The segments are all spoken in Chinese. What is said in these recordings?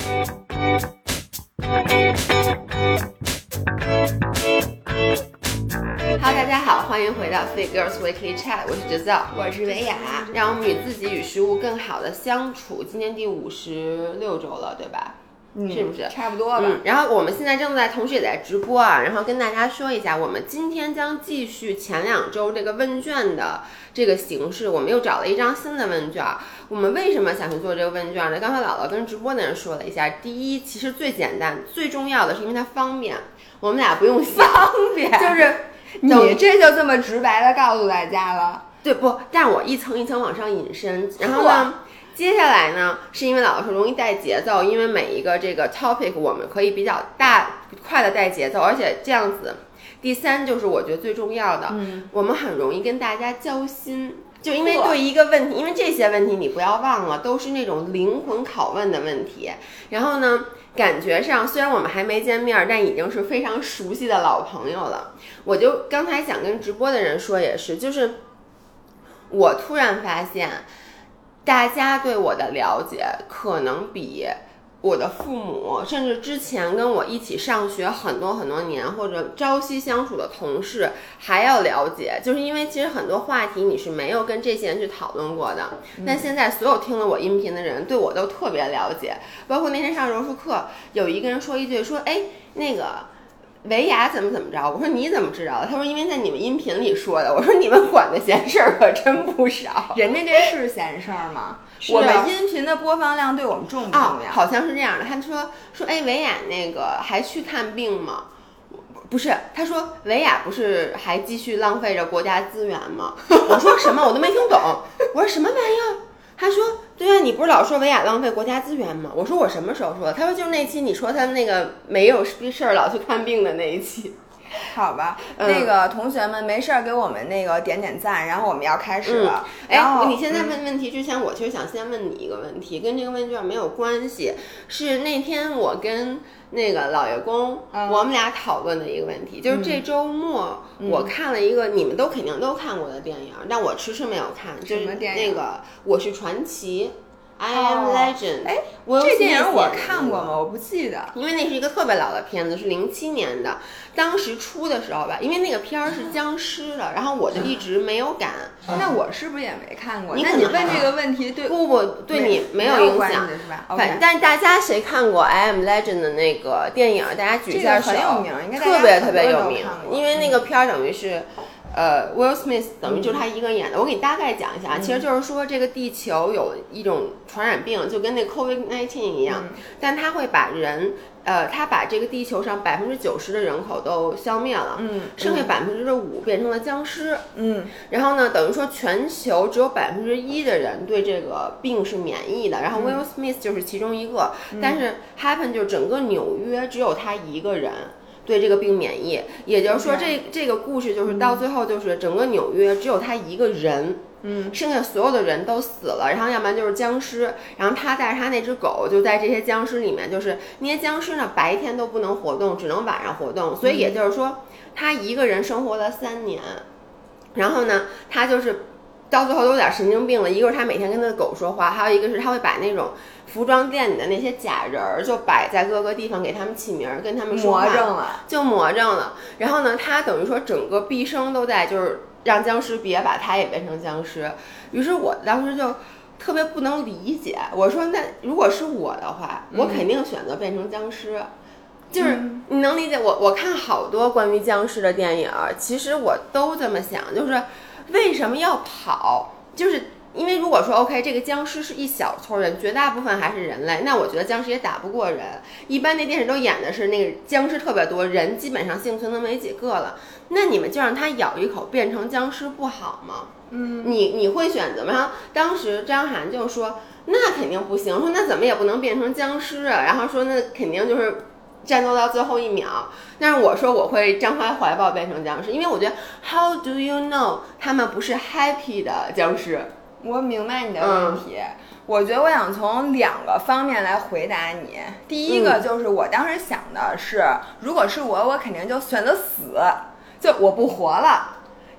大家好，欢迎回到 Fit Girls Weekly Chat， 我是Giselle， 我是维雅， 让我们与自己与食物更好的相处。今天第56周了，对吧？是不是差不多吧？ 然后我们现在正在，同时也在直播啊。然后跟大家说一下，我们今天将继续前2周这个问卷的这个形式，我们又找了一张新的问卷。我们为什么想去做这个问卷呢？刚才姥姥跟直播的人说了一下，第一，其实最简单、最重要的是因为它方便，我们俩不用想， 方便就是你这就这么直白的告诉大家了。 对不？但我一层一层往上引申，然后呢？接下来呢，是因为姥姥说容易带节奏，因为每一个这个 topic 我们可以比较快的带节奏，而且这样子。第3就是我觉得最重要的，我们很容易跟大家交心，就因为对一个问题，因为这些问题你不要忘了，都是那种灵魂拷问的问题。然后呢，感觉上虽然我们还没见面，但已经是非常熟悉的老朋友了。我就刚才想跟直播的人说也是，就是我突然发现。大家对我的了解可能比我的父母，甚至之前跟我一起上学很多很多年或者朝夕相处的同事还要了解，就是因为其实很多话题你是没有跟这些人去讨论过的，但现在所有听了我音频的人对我都特别了解，包括那天上柔术课，有一个人说一句说，哎，那个维雅怎么着？我说你怎么知道的？他说因为在你们音频里说的。我说你们管的闲事儿可真不少。 人家这是闲事儿吗？我们音频的播放量对我们重不重要？ 好像是这样的。他说哎，维雅那个还去看病吗？不是，他说维雅不是还继续浪费着国家资源吗？我说什么？我都没听懂。我说什么玩意儿？他说对啊，你不是老说维雅浪费国家资源吗？我说我什么时候说的？他说就是那期你说他们那个没有事儿老去看病的那一期。 好吧，那个同学们没事儿给我们那个点点赞，然后我们要开始了。 哎，你现在问问题之前，我其实想先问你一个问题，跟这个问卷没有关系，是那天我跟那个老爷公，我们俩讨论的一个问题，就是这周末我看了一个你们都肯定都看过的电影，但我迟迟没有看，就是那个《我是传奇》。I am Legend。 哎，这电影我看过吗？我不记得， 因为那是一个特别老的片子，是07年的。当时出的时候吧，因为那个片儿是僵尸的，然后我就一直没有赶。 那我是不是也没看过？ 那你问这个问题对不对你没有影响是吧？ 但大家谁看过 I am Legend 的那个电影？大家举一下手。 这个很有名，应该特别有名，因为那个片儿等于是。Will Smith 等于就是他一个人演的。我给你大概讲一下，其实就是说这个地球有一种传染病，就跟那 COVID-19 一样，但他会把人，他把这个地球上90%的人口都消灭了，剩下5%变成了僵尸，然后呢，等于说全球只有1%的人对这个病是免疫的，然后 Will Smith 就是其中一个，但是 happen 就是整个纽约只有他一个人。对这个病免疫，也就是说这个故事就是到最后就是整个纽约只有他一个人，剩下所有的人都死了，然后要不然就是僵尸，然后他带着他那只狗就在这些僵尸里面，就是那些僵尸呢白天都不能活动，只能晚上活动，所以也就是说他一个人生活了3年，然后呢他就是到最后都有点神经病了，一个是他每天跟他的狗说话，还有一个是他会把那种服装店里的那些假人儿就摆在各个地方给他们起名儿，跟他们说话，魔怔了。然后呢，他等于说整个毕生都在就是让僵尸别把他也变成僵尸。于是我当时就特别不能理解，我说那如果是我的话，我肯定选择变成僵尸。就是你能理解我看好多关于僵尸的电影，其实我都这么想，就是为什么要跑？就是因为如果说 OK 这个僵尸是一小撮人，绝大部分还是人类，那我觉得僵尸也打不过人。一般那电视都演的是那个僵尸特别多，人基本上幸存的没几个了，那你们就让他咬一口变成僵尸不好吗？你会选择吗？然后当时张涵就说那肯定不行，说那怎么也不能变成僵尸啊，然后说那肯定就是战斗到最后一秒。但是我说我会张开怀抱变成僵尸，因为我觉得 How do you know 他们不是 happy 的僵尸？ 我明白你的问题，我觉得我想从2个方面来回答你。第一个就是我当时想的是，如果是我肯定就选择死，就我不活了。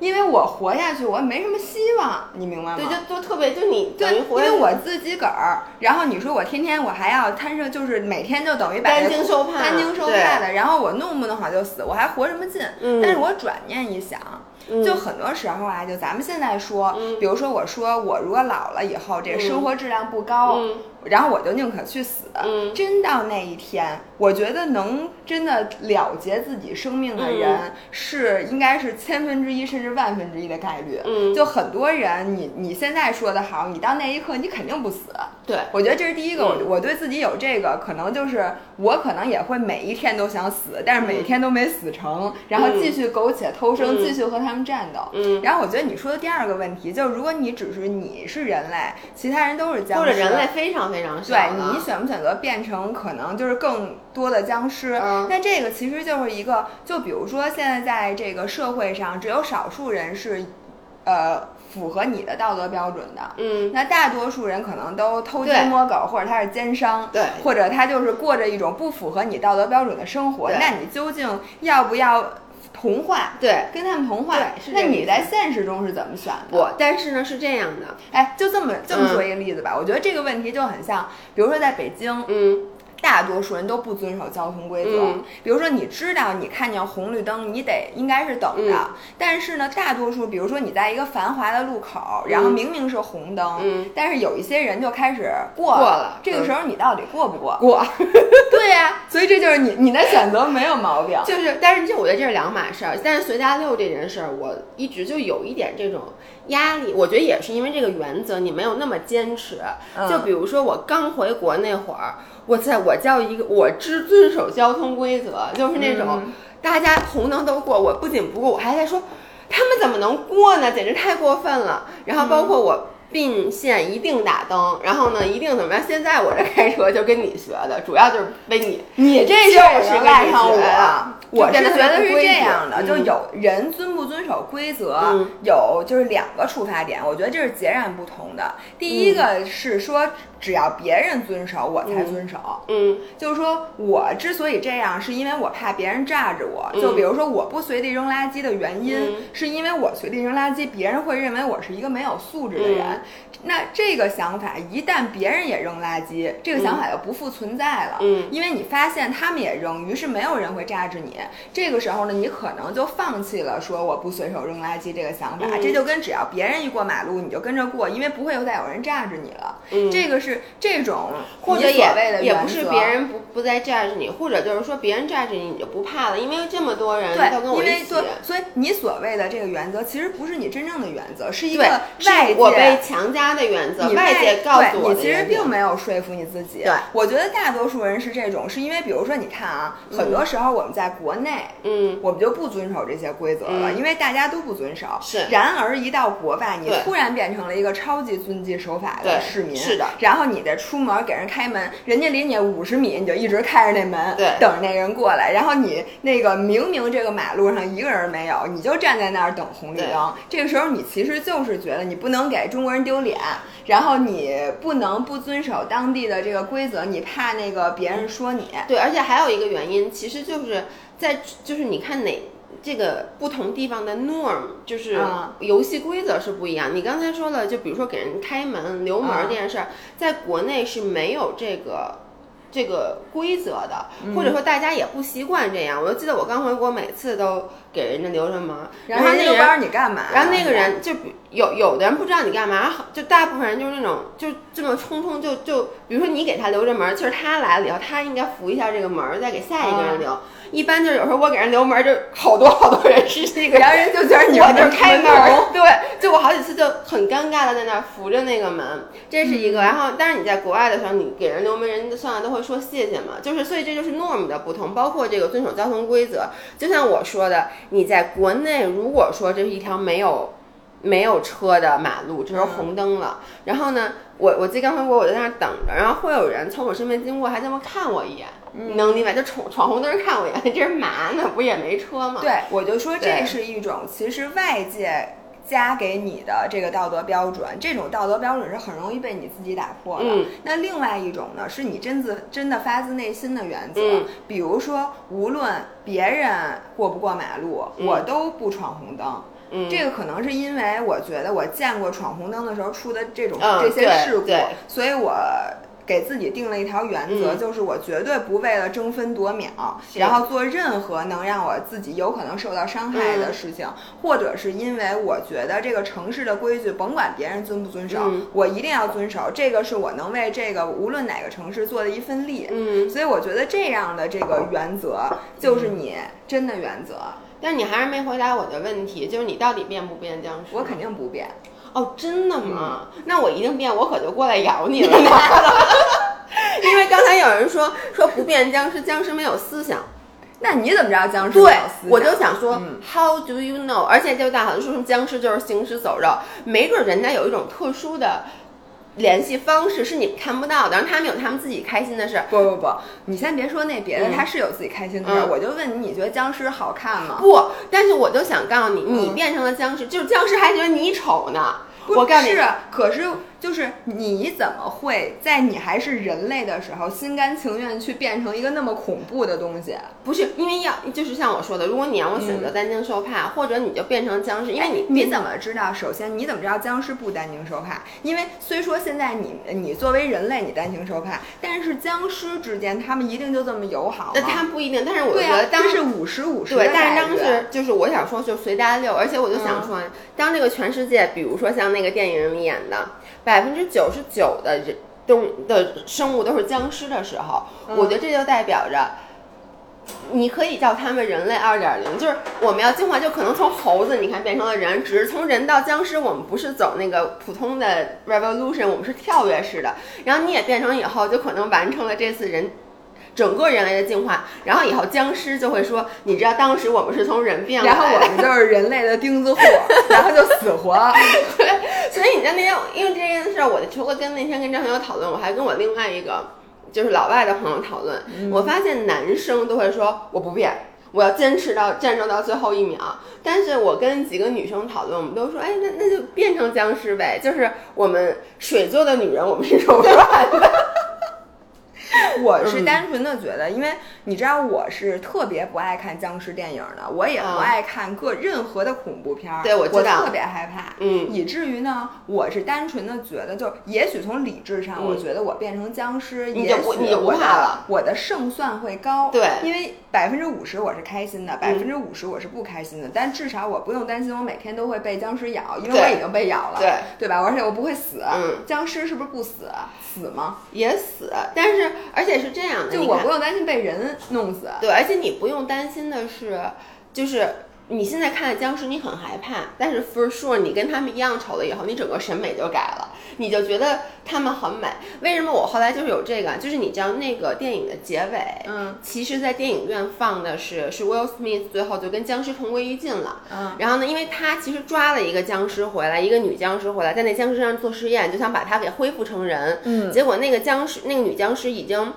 因为我活下去我没什么希望，你明白吗？ 对，就特别就你等于活因为我自己个儿，然后你说我天天我还要摊上，就是每天就等于把担惊受怕的，然后我弄不弄好就死，我还活什么劲？但是我转念一想。就很多时候啊，就咱们现在说，比如说我说我如果老了以后，这个生活质量不高，然后我就宁可去死。真到那一天，我觉得能真的了结自己生命的人，是应该是1/1000甚至1/1000的概率。就很多人，你现在说的好，你到那一刻你肯定不死。 对， 我觉得这是第一个。我对自己有这个，可能就是我可能也会每一天都想死，但是每一天都没死成，然后继续苟且偷生，继续和他们战斗。然后我觉得你说的第二个问题就是，如果你是人类，其他人都是僵尸， 或者人类非常非常少， 对，你选不选择变成可能就是更多的僵尸？那这个其实就是一个，就比如说现在在这个社会上，只有少数人是，符合你的道德标准的，那大多数人可能都偷鸡摸狗，或者他是奸商， 对， 或者他就是过着一种不符合你道德标准的生活。那你究竟要不要同化？ 对， 跟他们同化。那你在现实中是怎么选的？ 但是呢是这样的， 哎，就这么说一个例子吧。我觉得这个问题就很像，比如说在北京，大多数人都不遵守交通规则。比如说你知道你看见红绿灯你应该是等着，但是呢大多数比如说你在一个繁华的路口，然后明明是红灯，但是有一些人就开始过了，这个时候你到底过不过？ 过。 对呀，所以这就是你的选择没有毛病。 但是我觉得这是两码事儿。但是随大溜这件事儿，我一直就有一点这种压力。我觉得也是因为这个原则你没有那么坚持。就比如说我刚回国那会儿，我叫一个我只遵守交通规则，就是那种大家红灯都过，我不仅不过，我还在说他们怎么能过呢？简直太过分了。然后包括我并线一定打灯，然后呢一定怎么样？现在我这开车就跟你学的，主要就是被你这事儿是赖上我是觉得是这样的，就有人遵不遵守规则，有就是两个出发点，我觉得这是截然不同的。第一个是说，只要别人遵守，我才遵守。就是说我之所以这样，是因为我怕别人炸着我。就比如说我不随地扔垃圾的原因，是因为我随地扔垃圾，别人会认为我是一个没有素质的人。那这个想法一旦别人也扔垃圾，这个想法就不复存在了。因为你发现他们也扔，于是没有人会炸着你。这个时候呢，你可能就放弃了说我不随手扔垃圾这个想法。这就跟只要别人一过马路你就跟着过，因为不会再有人炸着你了。这个是这种或者也不是别人不再炸着你，或者就是说别人炸着你你就不怕了，因为这么多人都跟我一起。 所以你所谓的这个原则其实不是你真正的原则，是一个外界我被强加的原则，外界告诉我的。 你其实并没有说服你自己。 对， 我觉得大多数人是这种，是因为比如说你看啊，很多时候我们在国内，我们就不遵守这些规则了，因为大家都不遵守。 是。 然而一到国外，你突然变成了一个超级遵纪守法的市民。 是的。 然后你得出门给人开门，人家离你50米，你就一直开着那门， 对， 等着那人过来。然后你那个明明这个马路上一个人没有，你就站在那儿等红绿灯。这个时候你其实就是觉得你不能给中国人丢脸，然后你不能不遵守当地的这个规则，你怕那个别人说你。 对，而且还有一个原因，其实就是你看这个不同地方的 norm 就是游戏规则是不一样。你刚才说了，就比如说给人开门留门这件事儿，在国内是没有这个规则的，或者说大家也不习惯这样。我就记得我刚回国，每次都给人家留着门，然后那个人不知道你干嘛， 然后那个人就有的人不知道你干嘛，就大部分人就是那种就这么冲就比如说你给他留着门，其实他来了以后，他应该扶一下这个门，再给下一个人留。一般就是有时候我给人留门，就好多人是这个， 然后人就觉得你我就开门，对，就我好几次就很尴尬的在那儿扶着那个门，这是一个。然后，但是你在国外的时候，你给人留门，人家算了都会说谢谢嘛，就是所以这就是 norm 的不同，包括这个遵守交通规则。就像我说的，你在国内如果说这是一条没有车的马路，只是红灯了，然后呢，我记得刚回国我在那儿等着，然后会有人从我身边经过，还这么看我一眼。你能明白？就闯红灯看我一眼，这是嘛呢？不也没车吗？ 对，我就说这是一种其实外界加给你的这个道德标准，这种道德标准是很容易被你自己打破的。那另外一种呢，是你真的发自内心的原则。比如说，无论别人过不过马路，我都不闯红灯。 这个可能是因为我觉得我见过闯红灯的时候出的这些事故，所以我给自己定了一条原则，就是我绝对不为了争分夺秒，然后做任何能让我自己有可能受到伤害的事情，或者是因为我觉得这个城市的规矩，甭管别人遵不遵守，我一定要遵守，这个是我能为这个无论哪个城市做的一份力。所以我觉得这样的这个原则就是你真的原则。 但是你还是没回答我的问题，就是你到底变不变僵尸？ 我肯定不变。 哦，真的吗？那我一定变，我可就过来咬你了。因为刚才有人说不变僵尸，僵尸没有思想。 那你怎么知道僵尸没有思想？ 对，我就想说、How do you know？ 而且就大家说僵尸就是行尸走肉，没准人家有一种特殊的联系方式是你们看不到的，然后他们有他们自己开心的事。 不，你先别说那别的，他是有自己开心的事。我就问你，你觉得僵尸好看吗？ 不，但是我就想告诉你，你变成了僵尸，就是僵尸还觉得你丑呢。我告诉你， 可是就是你怎么会在你还是人类的时候心甘情愿去变成一个那么恐怖的东西？ 不是因为就是像我说的，如果你让我选择担惊受怕，或者你就变成僵尸，因为你怎么知道？首先你怎么知道僵尸不担惊受怕？因为虽说现在你作为人类你担惊受怕，但是僵尸之间他们一定就这么友好吗？ 他们不一定，但是我觉得当时50-50 对，但是当时就是我想说就随大流，而且我就想说，当这个全世界，比如说像那个电影里演的99%的人的生物都是僵尸的时候，我觉得这就代表着你可以叫他们人类2.0，就是我们要进化，就可能从猴子你看变成了人，只是从人到僵尸，我们不是走那个普通的 revolution， 我们是跳跃式的。然后你也变成以后，就可能完成了这次整个人类的进化，然后以后僵尸就会说，你知道当时我们是从人变来的， 然后我们就是人类的钉子户，然后就死活。 对，所以你在那天，因为这件事，我除了那天跟张朋友讨论，我还跟我另外一个就是老外的朋友讨论，我发现男生都会说我不变，我要坚持到战斗到最后1秒。但是我跟几个女生讨论，我们都说，哎，那就变成僵尸呗，就是我们水做的女人，我们是柔软的。 我是单纯的觉得，因为你知道我是特别不爱看僵尸电影的，我也不爱看任何的恐怖片。 对，我知道， 我特别害怕。以至于呢，我是单纯的觉得，就也许从理智上，我觉得我变成僵尸， 你就不怕了， 我的胜算会高。 对， 因为50%我是开心的，50%我是不开心的，但至少我不用担心我每天都会被僵尸咬，因为我已经被咬了，对吧？而且我不会死。僵尸是不是不死？死吗？ 也死，但是而且是这样的， 就我不用担心被人弄死。 对，而且你不用担心的是，就是你现在看的僵尸你很害怕，但是 for sure 你跟他们一样丑了以后，你整个审美就改了，你就觉得他们很美。为什么我后来就是有这个，就是你知道那个电影的结尾，其实在电影院放的是 Will Smith 最后就跟僵尸同归于尽了。然后呢，因为他其实抓了一个僵尸回来，一个女僵尸回来，在那僵尸上做实验，就想把他给恢复成人。结果那个女僵尸已经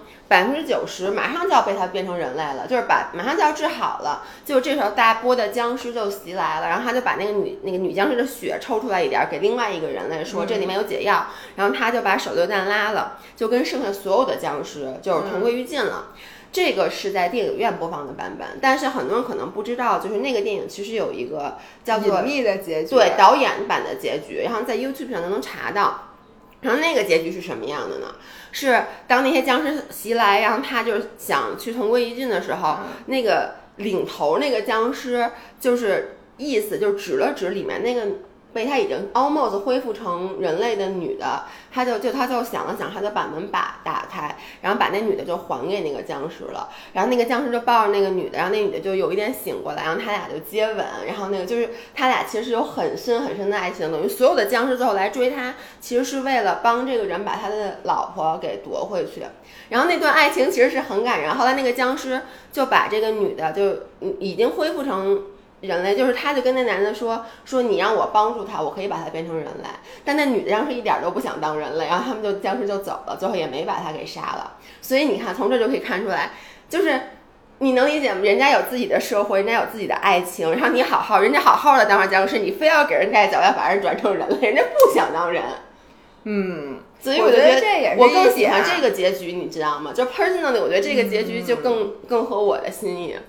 90%马上就要被他变成人类了，就是马上就要治好了，就这时候大波的僵尸就袭来了，然后他就把那个女僵尸的血抽出来一点给另外一个人类说，这里面有解药，然后他就把手榴弹拉了，就跟剩下所有的僵尸就是同归于尽了。这个是在电影院播放的版本，但是很多人可能不知道，就是那个电影其实有一个叫做隐秘的结局， 对，导演版的结局，然后在 YouTube 上都能查到。然后那个结局是什么样的呢？是当那些僵尸袭来，然后他就是想去同归于尽的时候，那个领头那个僵尸就是意思就指了指里面那个被他已经 almost 恢复成人类的女的，他就想了想，他就把门打开，然后把那女的就还给那个僵尸了，然后那个僵尸就抱着那个女的，然后那女的就有一点醒过来，然后他俩就接吻，然后那个就是他俩其实有很深很深的爱情，等于所有的僵尸最后来追他，其实是为了帮这个人把他的老婆给夺回去，然后那段爱情其实是很感人。后来那个僵尸就把这个女的就已经恢复成人类，就是他就跟那男的说你让我帮助他，我可以把他变成人类，但那女的当时一点都不想当人类，然后他们就僵尸就走了，最后也没把他给杀了。所以你看从这就可以看出来，就是你能理解吗？人家有自己的社会，人家有自己的爱情，然后你人家好好的当上僵尸，你非要给人盖脚，要把人转成人类，人家不想当人。所以我就觉得这也是我更喜欢这个结局，你知道吗？就 personally 我觉得这个结局就更合我的心意。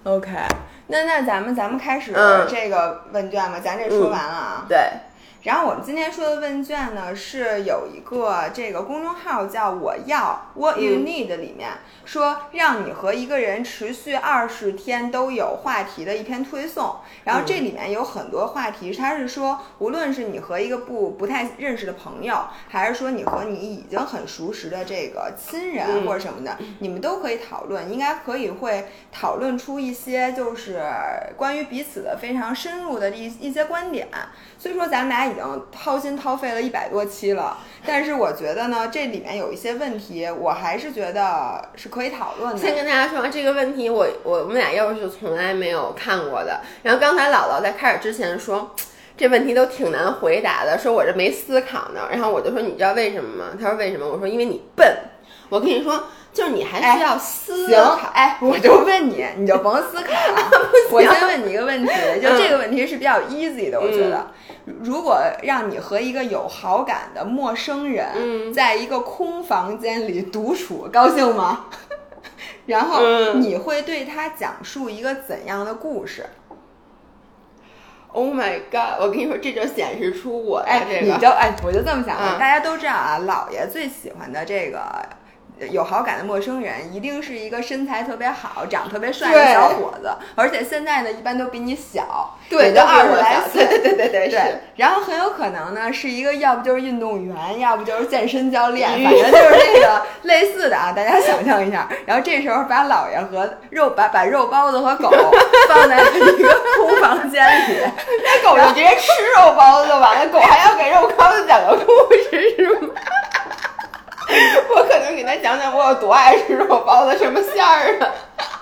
OK， 那咱们开始这个问卷吧，咱这说完了啊。 对。 然后我们今天说的问卷呢，是有一个这个公众号叫我要 What You Need 里面说让你和一个人持续20天都有话题的一篇推送，然后这里面有很多话题，它是说无论是你和一个不太认识的朋友，还是说你和你已经很熟识的这个亲人或者什么的，你们都可以讨论，应该会讨论出一些就是关于彼此的非常深入的一些观点。所以说咱们俩已经掏心掏肺了100多期了，但是我觉得呢，这里面有一些问题，我还是觉得是可以讨论的。 先跟大家说这个问题我们俩要是从来没有看过的，然后刚才姥姥在开始之前说这问题都挺难回答的，说我这没思考呢，然后我就说你知道为什么吗？他说为什么？我说因为你笨。我跟你说就是你还需要思考。 我就问你，你就甭思考了。我先问你一个问题，就这个问题是比较 easy 的，我觉得。如果让你和一个有好感的陌生人在一个空房间里独处，高兴吗？然后你会对他讲述一个怎样的故事 ？Oh my god！ 我跟你说，这就显示出我的这个， 我就这么想的。大家都知道啊，姥爷最喜欢的这个有好感的陌生人一定是一个身材特别好、长特别帅的小伙子，而且现在呢一般都比你小， 对， 都20来岁， 对。 然后很有可能呢是一个要不就是运动员，要不就是健身教练，反正就是这个类似的啊，大家想象一下。然后这时候把姥爷和把肉包子和狗放在一个空房间里， 那狗就直接吃肉包子就完了，狗还要给肉包子讲个故事是吗？我可能给他讲讲我有多爱吃肉包子，什么馅儿的。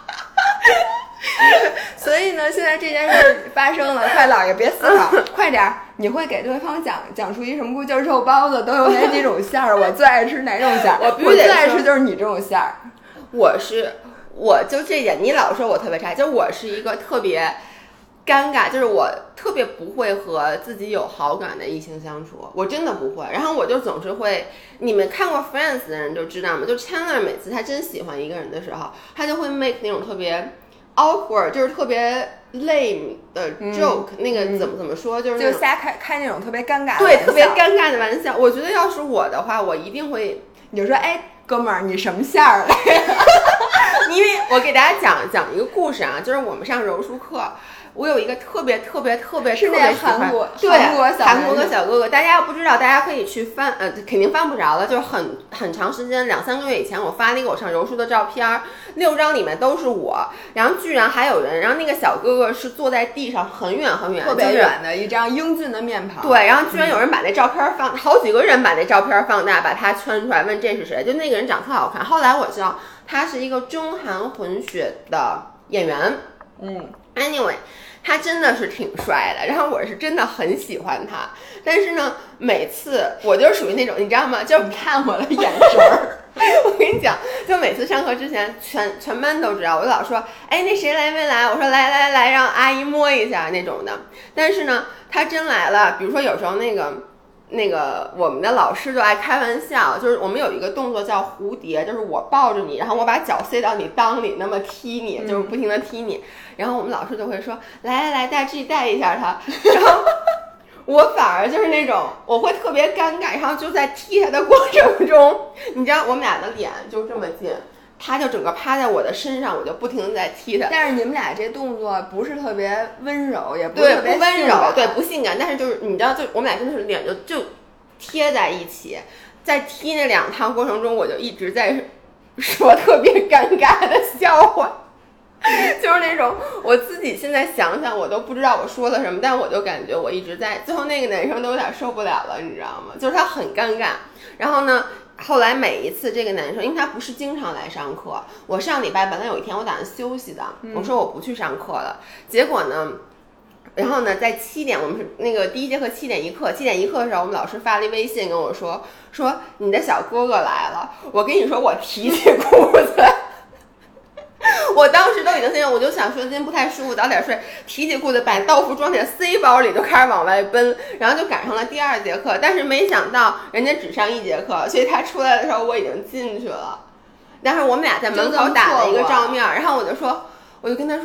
所以呢，现在这件事发生了，快姥爷别思考，快点！你会给对方讲出一什么故事？就是肉包子都有哪几种馅儿？我最爱吃哪种馅儿？我最爱吃就是你这种馅儿。 我就这点，你老说我特别差，就我是一个特别尴尬，就是我特别不会和自己有好感的异性相处，我真的不会。然后我就总是会，你们看过 Friends 的人就知道嘛，就 Chandler 每次他真喜欢一个人的时候，他就会 make 那种特别 awkward， 就是特别 lame 的 joke，那个怎么说，就是瞎开那种特别尴尬的对，特别尴尬的玩笑。我觉得要是我的话，我一定会， 你就说，哥们儿，你什么馅儿的？ 因为我给大家讲一个故事啊，就是我们上柔术课。我有一个特别是那个韩国的小哥哥，大家要不知道，大家可以去翻，肯定翻不着了，就是很长时间2-3个月以前，我发了一个我上柔术的照片，6张里面都是我，然后居然还有人，然后那个小哥哥是坐在地上很远特别远的一张英俊的面庞， 对，然后居然有人把那照片好几个人把那照片放大，把他圈出来，问这是谁，就那个人长特好看，后来我知道他是一个中韩混血的演员，anyway。他真的是挺帅的，然后我是真的很喜欢他，但是呢，每次我就属于那种，你知道吗？就你看我的眼神儿， 我跟你讲，就每次上课之前，全班都知道，我就老说，那谁来没来？我说来，让阿姨摸一下那种的。但是呢，他真来了，比如说有时候那个我们的老师就爱开玩笑，就是我们有一个动作叫蝴蝶，就是我抱着你，然后我把脚塞到你裆里，那么踢你，就是不停的踢你，然后我们老师就会说，来，带一下他，然后我反而就是那种我会特别尴尬，然后就在踢他的过程中，你知道我们俩的脸就这么近。他就整个趴在我的身上，我就不停的在踢他。 但是你们俩这动作不是特别温柔，也不是特别温柔，对，不性感。但是就是你知道，就我们俩真的是脸就贴在一起，在踢那2趟过程中，我就一直在说特别尴尬的笑话，就是那种我自己现在想想我都不知道我说了什么，但我就感觉我一直在。最后那个男生都有点受不了了，你知道吗？就是他很尴尬。然后呢？后来每一次这个男生，因为他不是经常来上课，我上礼拜本来有一天我打算休息的，我说我不去上课了，结果呢，然后呢，在7点，我们是那个第一节课7点一课的时候，我们老师发了一微信跟我说你的小哥哥来了，我跟你说我提起裤子。我当时都已经我就想说今天不太舒服，早点睡，提起裤子把道服装起来塞包里，就开始往外奔，然后就赶上了第2节课，但是没想到人家只上1节课，所以他出来的时候我已经进去了，但是我们俩在门口打了一个照面，然后我就跟他说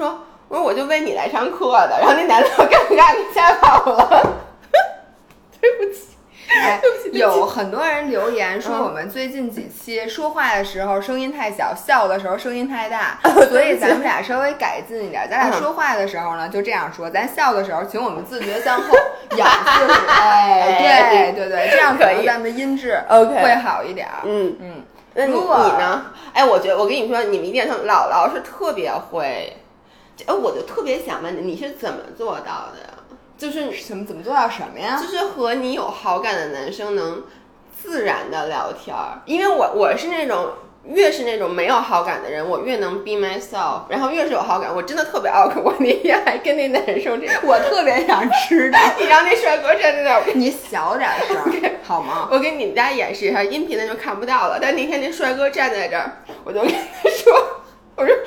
我说我就为你来上课的，然后那男的尴尬给吓跑了。对不起。 哎，有很多人留言说我们最近几期说话的时候声音太小，笑的时候声音太大，所以咱们俩稍微改进一点。咱俩说话的时候呢就这样说，咱笑的时候请我们自觉向后仰视。哎，对，这样可能咱们的音质会好一点。 那你呢？哎，我觉得我跟你说，你们一定要姥姥是特别会。我就特别想问你，你是怎么做到的呀？就是怎么做到什么呀？ 就是和你有好感的男生能自然的聊天，因为我是那种越是那种没有好感的人，我越能 be myself， 然后越是有好感，我真的特别 awkward。我那天还跟那男生这样， 我特别想知道， 你让那帅哥站在那儿， 你小点声好吗？ 我给你们家演示一下，音频的就看不到了。但那天那帅哥站在这儿，我就跟他说，我说，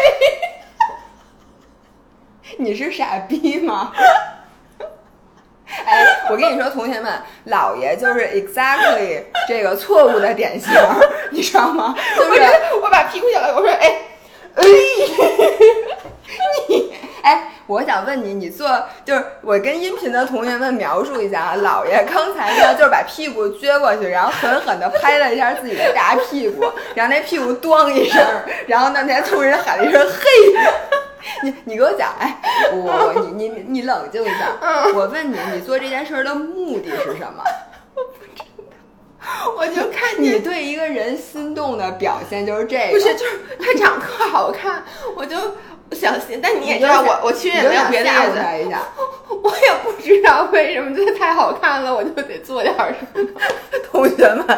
你是傻逼吗？哎，我跟你说，同学们，姥爷就是 exactly 这个错误的典型，你知道吗？就是我把屁股下来，我说， 我想问你，你就是我跟音频的同学们描述一下啊，姥爷刚才呢就是把屁股撅过去，然后狠狠地拍了一下自己的大屁股，然后那屁股咣一声，然后那才突然喊了一声嘿。你给我讲，哎，你冷静一下。我问你，你做这件事的目的是什么？ 我不知道，我就看你对一个人心动的表现就是这个， 不是就是他长特好看，我就想，但你也知道我其实也没有别的意思。 一下， 我也不知道为什么，觉得太好看了，我就得做点什么。 同学们，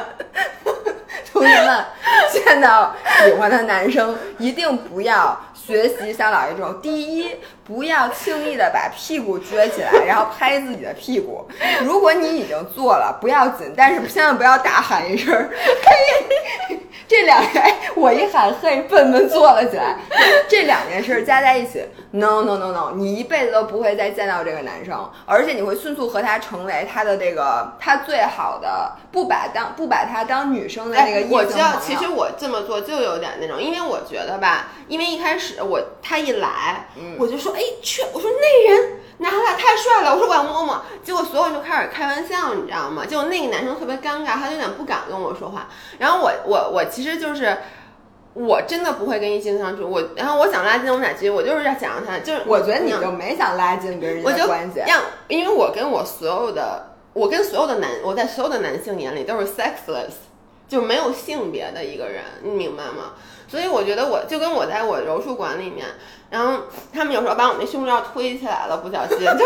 见到喜欢的男生一定不要学习像姥爷这种，第一，不要轻易的把屁股撅起来，然后拍自己的屁股。如果你已经做了，不要紧，但是千万不要大喊一声嘿。这两个，我一喊嘿，笨笨坐了起来。这两件事加在一起 ，no， 你一辈子都不会再见到这个男生，而且你会迅速和他成为他的他最好的，不把他当女生的那个异性朋友。 我知道，其实我这么做就有点那种，因为我觉得吧，因为一开始他一来，我就说，我说那人。那他太帅了，我说我要摸摸，结果所有人就开始开玩笑，你知道吗？结果那个男生特别尴尬，他就有点不敢跟我说话。然后我其实就是我真的不会跟异性相处，然后我想拉近我们俩距离，我就是想让他就是， 我觉得你就没想拉近跟人家的关系， 因为我跟所有的我在所有的男性眼里都是 sexless， 就是没有性别的一个人，你明白吗？所以我觉得我就跟我在我柔术馆里面。然后他们有时候把我那胸罩推起来了，不小心就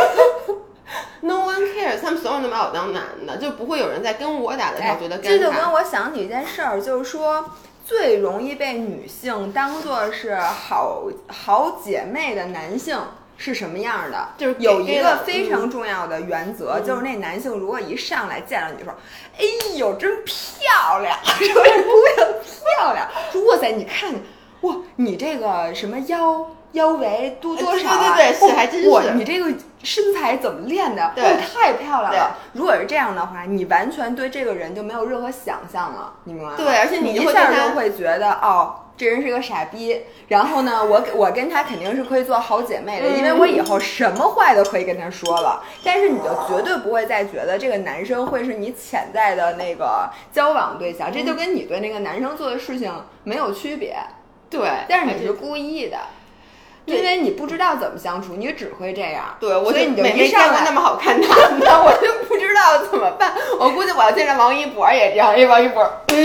no one cares， 他们所有人都把我当男的，就不会有人在跟我打的时候觉得尴尬。 这就跟我想起一件事儿，就是说最容易被女性当作是好姐妹的男性是什么样的？ 就是有一个非常重要的原则，就是那男性如果一上来见到你说，哎呦真漂亮，说这姑娘漂亮，说哇塞你看哇你这个什么腰围多少啊？ 对，是还真是。 你这个身材怎么练的？太漂亮了。如果是这样的话，你完全对这个人就没有任何想象了，你明白吗？ 对，而且你一下就会觉得这人是个傻逼。然后呢，我跟他肯定是可以做好姐妹的，因为我以后什么坏都可以跟他说了。但是你就绝对不会再觉得这个男生会是你潜在的那个交往对象，这就跟你对那个男生做的事情没有区别。 对， 但是你是故意的。因为你不知道怎么相处，你只会这样。 对，所以你就没见过那么好看的，我就不知道怎么办。我估计我要见着王一博也这样，王一博。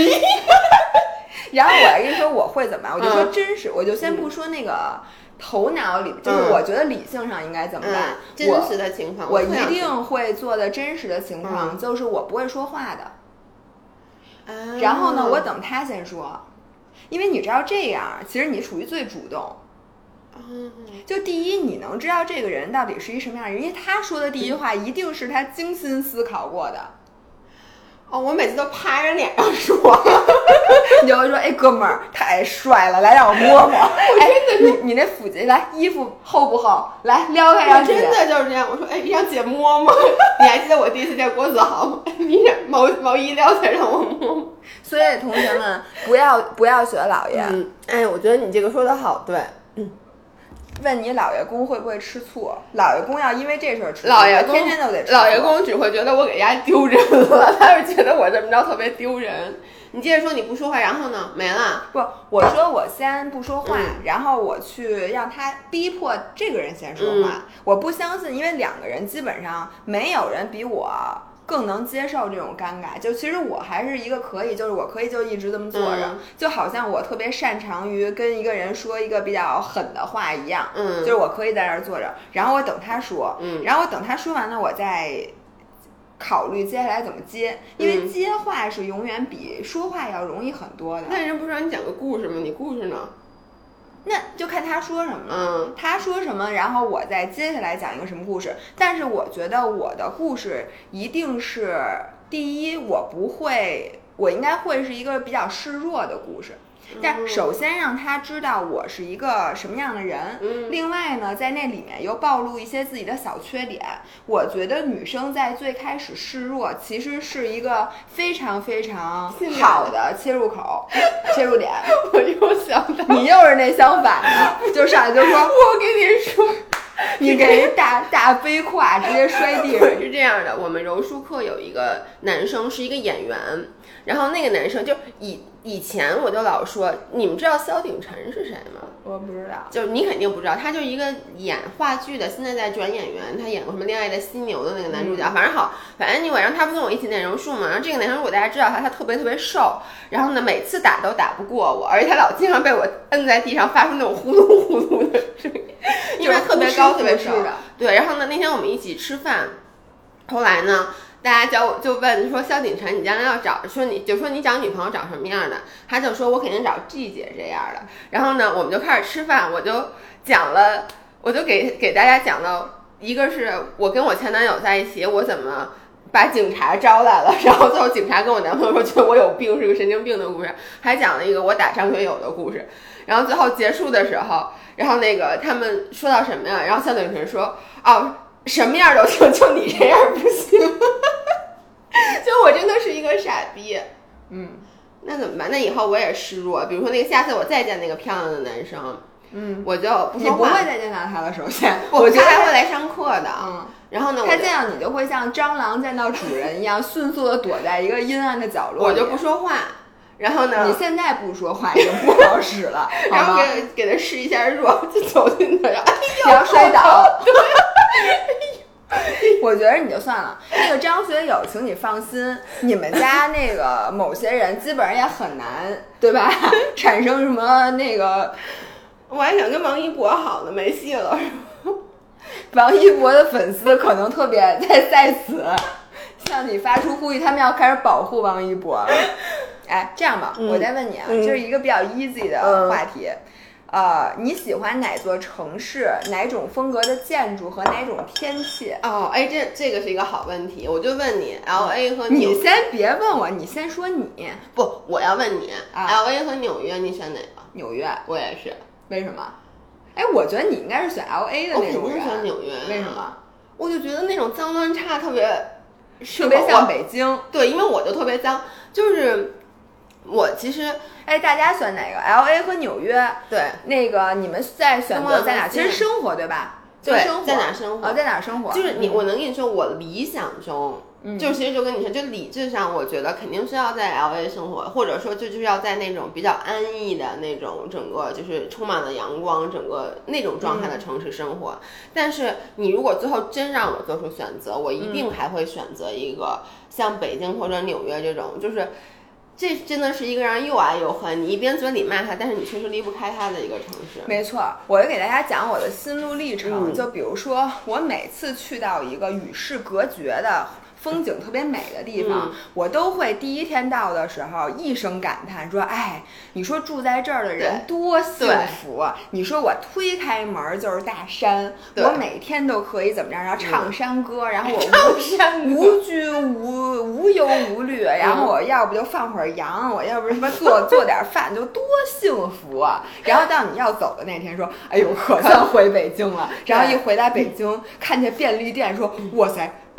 然后我来跟你说我会怎么办，我就说真实，我就先不说那个头脑里，就是我觉得理性上应该怎么办。 真实的情况， 我一定会做的真实的情况就是我不会说话的。然后呢，我等他先说，因为你知道这样，其实你属于最主动。就第一，你能知道这个人到底是一什么样的人，因为他说的第一句话一定是他精心思考过的。 我每次都趴着脸上说， 你就会说，哥们儿太帅了，来让我摸摸。你那腹肌，来衣服厚不厚？来撩开让姐。 真的就是这样，我说，让姐摸摸。你还记得我第一次见郭子豪吗？你毛衣撩开让我摸摸。 所以同学们不要学姥爷。 我觉得你这个说的好，对。 问你老爷公会不会吃醋？老爷公要因为这事儿吃醋， 老爷公天天都得吃醋。 老爷公只会觉得我给人家丢人了，他就觉得我这么着特别丢人。你接着说，你不说话，然后呢？没了。 不，我说我先不说话，然后我去让他逼迫这个人先说话。我不相信，因为两个人基本上没有人比我更能接受这种尴尬。就其实我还是一个可以，就是我可以就一直这么坐着，就好像我特别擅长于跟一个人说一个比较狠的话一样。就是我可以在那儿坐着，然后我等他说，然后我等他说完了，我再考虑接下来怎么接，因为接话是永远比说话要容易很多的。 那人不是让你讲个故事吗？你故事呢？ 那就看他说什么了。他说什么，然后我再接下来讲一个什么故事。但是我觉得我的故事一定是第一，我应该会是一个比较示弱的故事。但首先让他知道我是一个什么样的人，另外呢，在那里面又暴露一些自己的小缺点。我觉得女生在最开始示弱，其实是一个非常非常好的切入口、切入点。 我又想到， 你又是那相反的，就上来就说， 我跟你说。 你给人大背胯直接摔地上。 是这样的，我们柔术课有一个男生是一个演员，然后那个男生就以前我就老说，你们知道萧鼎晨是谁吗？ 我不知道， 就是你肯定不知道，他就是一个演话剧的，现在在转演员，他演过什么《恋爱的犀牛》的那个男主角，反正你晚上他不跟我一起练柔术嘛，然后这个男生如果大家知道他特别特别瘦，然后呢每次打都打不过我，而且他老经常被我摁在地上发出那种呼噜呼噜的声音，因为他特别高特别瘦。对，然后呢那天我们一起吃饭，后来呢大家就问说，萧鼎晨你将来要找，说你找女朋友找什么样的，他就说我肯定找 G 姐这样的。然后呢我们就开始吃饭，我就给大家讲了，一个是我跟我前男友在一起，我怎么把警察招来了，然后最后警察跟我男朋友说觉得我有病，是个神经病的故事，还讲了一个我打张学友的故事。然后最后结束的时候，然后那个他们说到什么呀，然后萧鼎晨说，哦什么样都行，就你这样不行。就我真的是一个傻逼。那怎么办？那以后我也示弱，比如说那个下次我再见那个漂亮的男生，我就不说话。 你不会再见到他了，首先我觉得他会来上课的。然后呢， 他见到你就会像蟑螂见到主人一样，迅速的躲在一个阴暗的角落。 我就不说话。然后呢？ 你现在不说话已经不好使了， 然后给他试一下弱，就走进去，然后你要摔倒。我觉得你就算了，那个张学友，请你放心，你们家那个某些人基本上也很难，对吧？产生什么那个？ 我还想跟王一博好呢，没戏了。 王一博的粉丝可能特别在此向你发出呼吁，他们要开始保护王一博。哎，这样吧，我再问你啊，这是一个比较 easy 的话题。你喜欢哪座城市、哪种风格的建筑和哪种天气？ 哎，这个是一个好问题，我就问你 ，LA 和纽约。 你先别问我，你先说你。 不，我要问你，LA 和纽约，你选哪个？ 纽约。 我也是。 为什么？哎，我觉得你应该是选 LA 的那种人。 我肯定是选纽约。 为什么？ 我就觉得那种脏乱差特别像北京。 对，因为我就特别脏，就是我其实。 大家选哪个 ？LA 和纽约。 对， 那个你们在选择在哪？其实生活对吧？ 对，在哪生活？ 在哪生活？ 就是我能跟你说，我理想中，就其实就跟你说，就理智上，我觉得肯定是要在 LA 生活，或者说就是要在那种比较安逸的那种，整个就是充满了阳光，整个那种状态的城市生活。但是你如果最后真让我做出选择，我一定还会选择一个像北京或者纽约这种，就是。这真的是一个让人又爱又恨，你一边嘴里骂他，但是你确实离不开他的一个城市。 没错，我就给大家讲我的心路历程。就比如说，我每次去到一个与世隔绝的风景特别美的地方，我都会第一天到的时候一声感叹说，哎，你说住在这儿的人多幸福啊！你说我推开门就是大山，我每天都可以怎么着，然后唱山歌，然后我无拘无忧无虑，然后我要不就放会儿羊，我要不什么做点饭，就多幸福啊！然后到你要走的那天说，哎呦，可算回北京了。然后一回来北京，看见便利店，说，哇塞。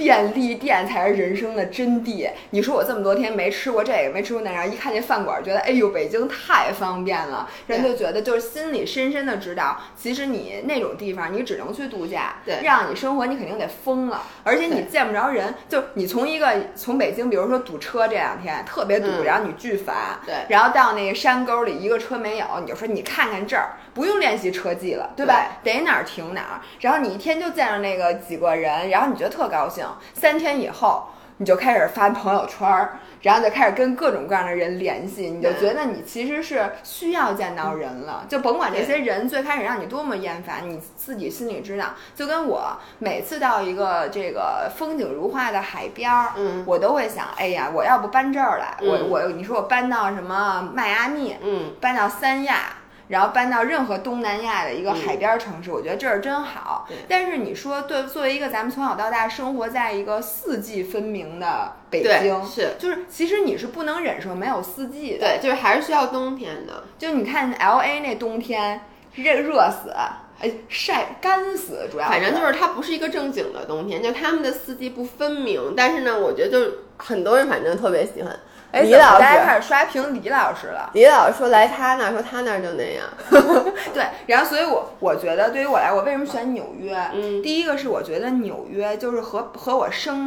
便利店才是人生的真谛。你说我这么多天没吃过这个，没吃过那样，一看见饭馆，觉得哎呦，北京太方便了，人就觉得就是心里深深的知道，其实你那种地方你只能去度假， 对， 让你生活你肯定得疯了，而且你见不着人，就你从北京，比如说堵车这2天特别堵，然后你巨烦， 对， 然后到那个山沟里一个车没有，你就说你看看这儿，不用练习车技了，对吧？得哪儿停哪儿，然后你一天就见着那个几个人，然后你觉得特高兴，3天以后你就开始发朋友圈，然后就开始跟各种各样的人联系，你就觉得你其实是需要见到人了，就甭管这些人最开始让你多么厌烦，你自己心里知道。就跟我每次到一个这个风景如画的海边，我都会想，哎呀，我要不搬这儿来，你说我搬到什么迈阿密，搬到三亚。然后搬到任何东南亚的一个海边城市，我觉得这儿真好。但是你说，作为一个咱们从小到大生活在一个4季分明的北京，就是其实你是不能忍受没有4季的。 对，就是还是需要冬天的。 就你看 LA 那冬天，热死，晒干死，主要反正就是它不是一个正经的冬天，就他们的4季不分明。但是呢，我觉得就是很多人反正特别喜欢。李老师， 大家开始刷屏李老师了。 李老师说来他那，说他那就那样。 对，然后所以我觉得对于我来，我为什么选纽约？第一个是我觉得纽约就是和我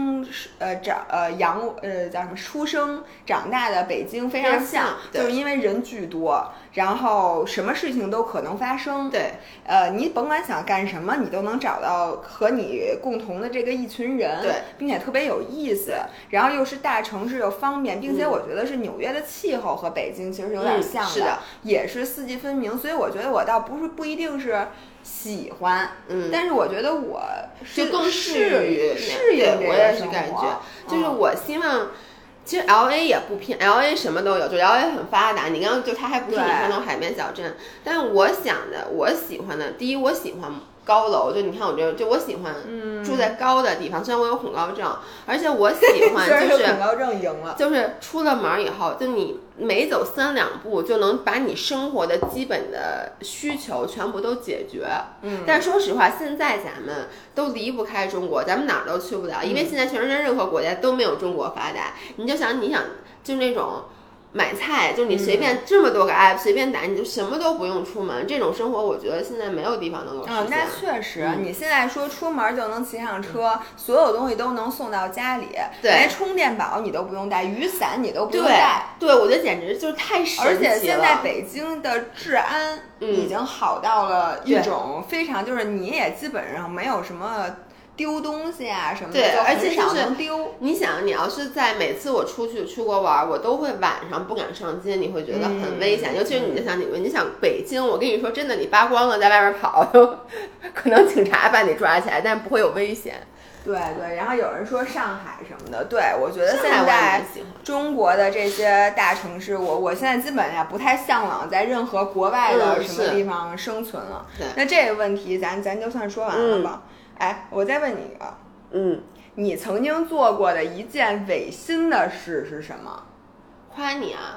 叫什么出生长大的北京非常像，就是因为人巨多，然后什么事情都可能发生。 对， 你甭管想干什么，你都能找到和你共同的这个一群人， 对， 并且特别有意思，然后又是大城市又方便，并且我觉得是纽约的气候和北京其实有点像的， 是的， 也是4季分明，所以我觉得我倒不一定是喜欢，但是我觉得我就更适应这个我也是感觉，就是我希望。其实 LA 也不偏 ，LA 什么都有，就 LA 很发达。你刚刚就它还不是你说那种海边小镇，但是我想的，我喜欢的，第一我喜欢高楼，就你看我就我喜欢住在高的地方，虽然我有恐高症，而且我喜欢就是恐高症赢了， 就是出了门以后，就你每走3-2步就能把你生活的基本的需求全部都解决。但说实话，现在咱们都离不开中国，咱们哪儿都去不了，因为现在全世界任何国家都没有中国发达。你想就那种。买菜就你随便这么多个 app 随便打，你就什么都不用出门，这种生活我觉得现在没有地方能够实现。 那确实，你现在说出门就能骑上车，所有东西都能送到家里，连充电宝你都不用带，雨伞你都不用带。 对，我觉得简直就是太神奇了。 而且现在北京的治安已经好到了一种非常，就是你也基本上没有什么。丢东西啊什么的， 对，而且就是能丢。 你想，你要是在每次我出国玩，我都会晚上不敢上街，你会觉得很危险。尤其是你想北京，我跟你说真的，你扒光了在外边跑，可能警察把你抓起来，但不会有危险。 对，然后有人说上海什么的，对，我觉得现在中国的这些大城市，我现在基本上不太向往在任何国外的什么地方生存了。那这个问题咱就算说完了吧。哎，我再问你一个，你曾经做过的一件违心的事是什么？ 夸你啊！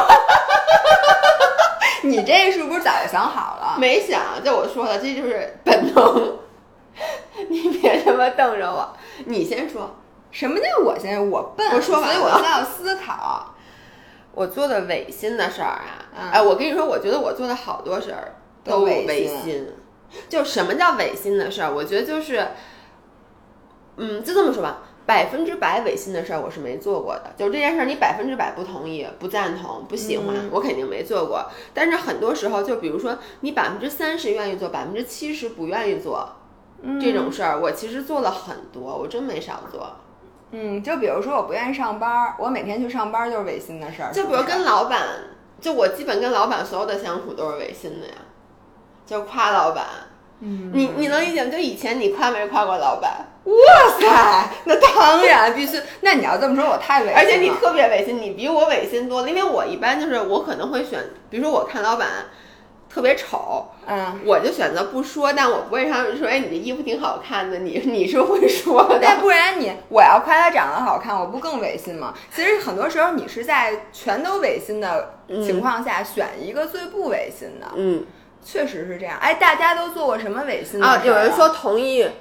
你这是不是早就想好了？ 没想，就我说的，这就是本能。你别这么瞪着我，你先说。 什么叫我先？我笨， 我说完了， 所以我需要思考。 我做的违心的事儿啊，我跟你说，我觉得我做的好多事儿都违心。就什么叫违心的事儿？我觉得就是，就这么说吧，100%违心的事儿我是没做过的。就这件事儿，你100%不同意、不赞同、不喜欢，我肯定没做过。但是很多时候，就比如说你30%愿意做，70%不愿意做，这种事儿，我其实做了很多，我真没少做。 就比如说我不愿意上班，我每天去上班就是违心的事儿。 就比如跟老板，就我基本跟老板所有的相处都是违心的呀。就夸老板，你能理解吗？就以前你夸没夸过老板？ 哇塞，那当然必须。那你要这么说，我太违心了。 而且你特别违心，你比我违心多了。因为我一般就是我可能会选，比如说我看老板特别丑，我就选择不说，但我不会上去说，哎，你这衣服挺好看的，你是会说的。 那不然我要夸他长得好看，我不更违心吗？其实很多时候你是在全都违心的情况下，选一个最不违心的。确实是这样。哎，大家都做过什么违心的事啊？有人说同意，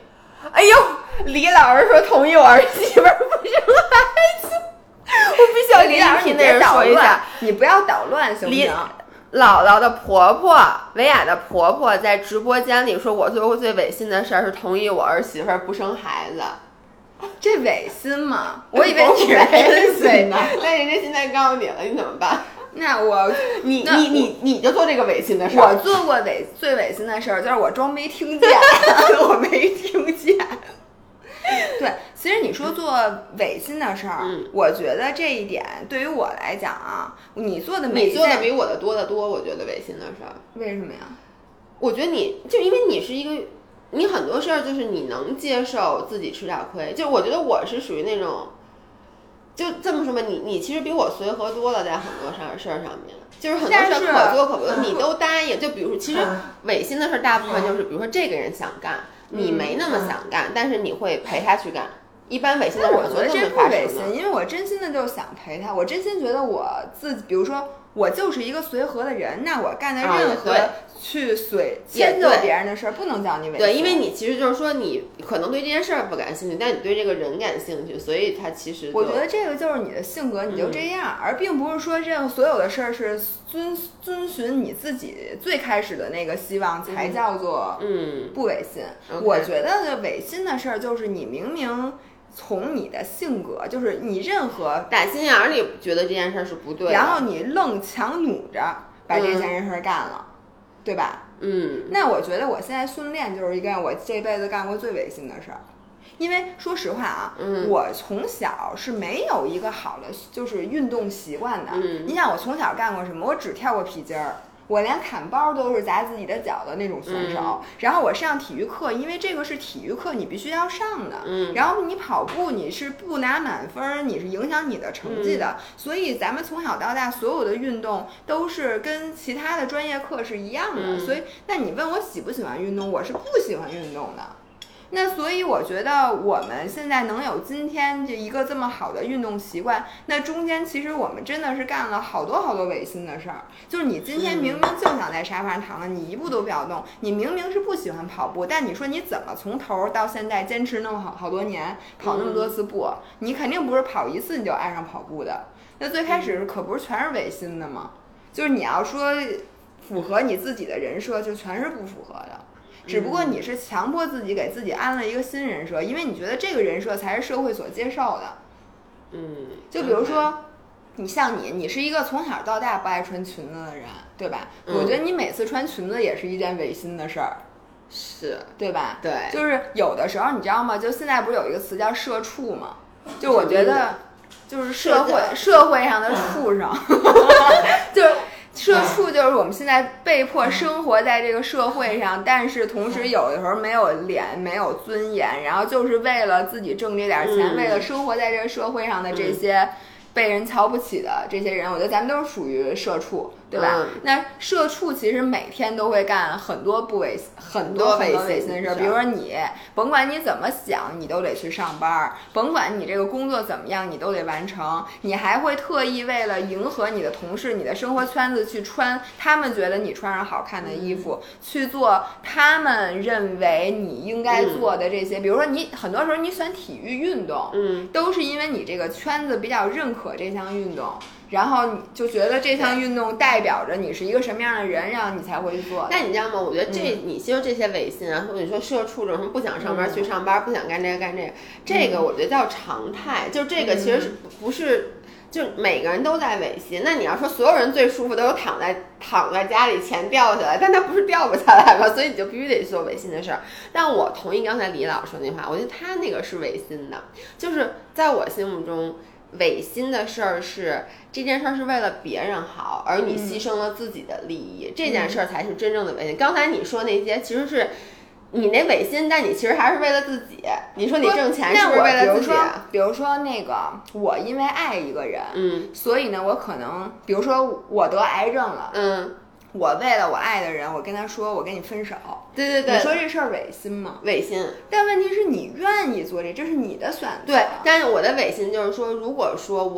哎呦，李老师说同意我儿媳妇不生孩子，我必须要李老师那人说一下， 你不要捣乱行不行？ 姥姥的婆婆，维亚的婆婆在直播间里说，我做过最违心的事儿是同意我儿媳妇不生孩子。 这违心吗？我以为你是真心呢。 那人家现在告诉你了，你怎么办？ 那你就做这个违心的事儿。我做过最违心的事儿，就是我装没听见，我没听见。对，其实你说做违心的事儿，我觉得这一点对于我来讲啊，你做的比我的多得多。我觉得违心的事儿， 为什么呀？ 我觉得就因为你是一个，你很多事儿就是你能接受自己吃点亏。就我觉得我是属于那种，就这么说吧，你其实比我随和多了，在很多事儿上面，就是很多事儿可做可不做，你都答应。就比如说，其实违心的事儿大部分就是，比如说这个人想干。你没那么想干，但是你会陪他去干。一般违心的， 我觉得这不违心，因为我真心的就想陪他，我真心觉得我自己，比如说我就是一个随和的人，那我干的任何去迁就别人的事儿，不能叫你违心。 对，因为你其实就是说你可能对这件事儿不感兴趣，但你对这个人感兴趣，所以他其实我觉得这个就是你的性格，你就这样，而并不是说所有的事儿是遵循你自己最开始的那个希望才叫做不违心。我觉得违心的事儿就是你明明从你的性格，就是你任何打心眼里觉得这件事是不对的， 然后你愣强努着把这件事干了，对吧？那我觉得我现在训练就是一个我这辈子干过最违心的事儿。因为说实话啊，我从小是没有一个好的就是运动习惯的。你想我从小干过什么？我只跳过皮筋儿。我连砍包都是砸自己的脚的那种选手，然后我上体育课，因为这个是体育课，你必须要上的，然后你跑步你是不拿满分，你是影响你的成绩的，所以咱们从小到大所有的运动都是跟其他的专业课是一样的，所以那你问我喜不喜欢运动，我是不喜欢运动的。那所以我觉得我们现在能有今天这一个这么好的运动习惯，那中间其实我们真的是干了好多好多违心的事儿。就是你今天明明就想在沙发上躺着，你一步都不要动，你明明是不喜欢跑步，但你说你怎么从头到现在坚持那么好多年，跑那么多次步，你肯定不是跑一次你就爱上跑步的。那最开始可不是全是违心的吗？就是你要说符合你自己的人设，就全是不符合的。只不过你是强迫自己给自己安了一个新人设，因为你觉得这个人设才是社会所接受的。就比如说，你像你是一个从小到大不爱穿裙子的人，对吧？我觉得你每次穿裙子也是一件违心的事儿， 是对吧？ 对， 就是有的时候你知道吗？就现在不是有一个词叫社畜吗？就我觉得就是社会上的畜生，就是。社畜就是我们现在被迫生活在这个社会上，但是同时有的时候没有脸，没有尊严，然后就是为了自己挣这点钱，为了生活在这个社会上的这些被人瞧不起的这些人，我觉得咱们都是属于社畜，对吧？那社畜其实每天都会干很多违心的事，比如说你甭管你怎么想，你都得去上班，甭管你这个工作怎么样，你都得完成，你还会特意为了迎合你的同事、你的生活圈子去穿他们觉得你穿上好看的衣服，去做他们认为你应该做的这些，比如说你很多时候你选体育运动，都是因为你这个圈子比较认可这项运动，然后你就觉得这项运动代表着你是一个什么样的人，然后你才会去做。 那你知道吗？我觉得你说这些违心啊，或者你说社畜这种不想上班去上班，不想干这个干这个，这个我觉得叫常态。就这个其实不是，就每个人都在违心。那你要说所有人最舒服都是躺在家里钱掉下来，但他不是掉不下来吗？所以你就必须得做违心的事儿。但我同意刚才李老师说那话，我觉得他那个是违心的，就是在我心目中。违心的事儿是这件事儿是为了别人好，而你牺牲了自己的利益，这件事儿才是真正的违心。刚才你说那些其实是你那违心，但你其实还是为了自己。你说你挣钱是不是为了自己？ 比如说那个我因为爱一个人，所以呢，我可能比如说我得癌症了，我为了我爱的人，我跟他说我跟你分手。 对， 你说这事儿违心吗？ 违心。 但问题是你愿意做这是你的选择。 对，但是我的违心就是说，如果说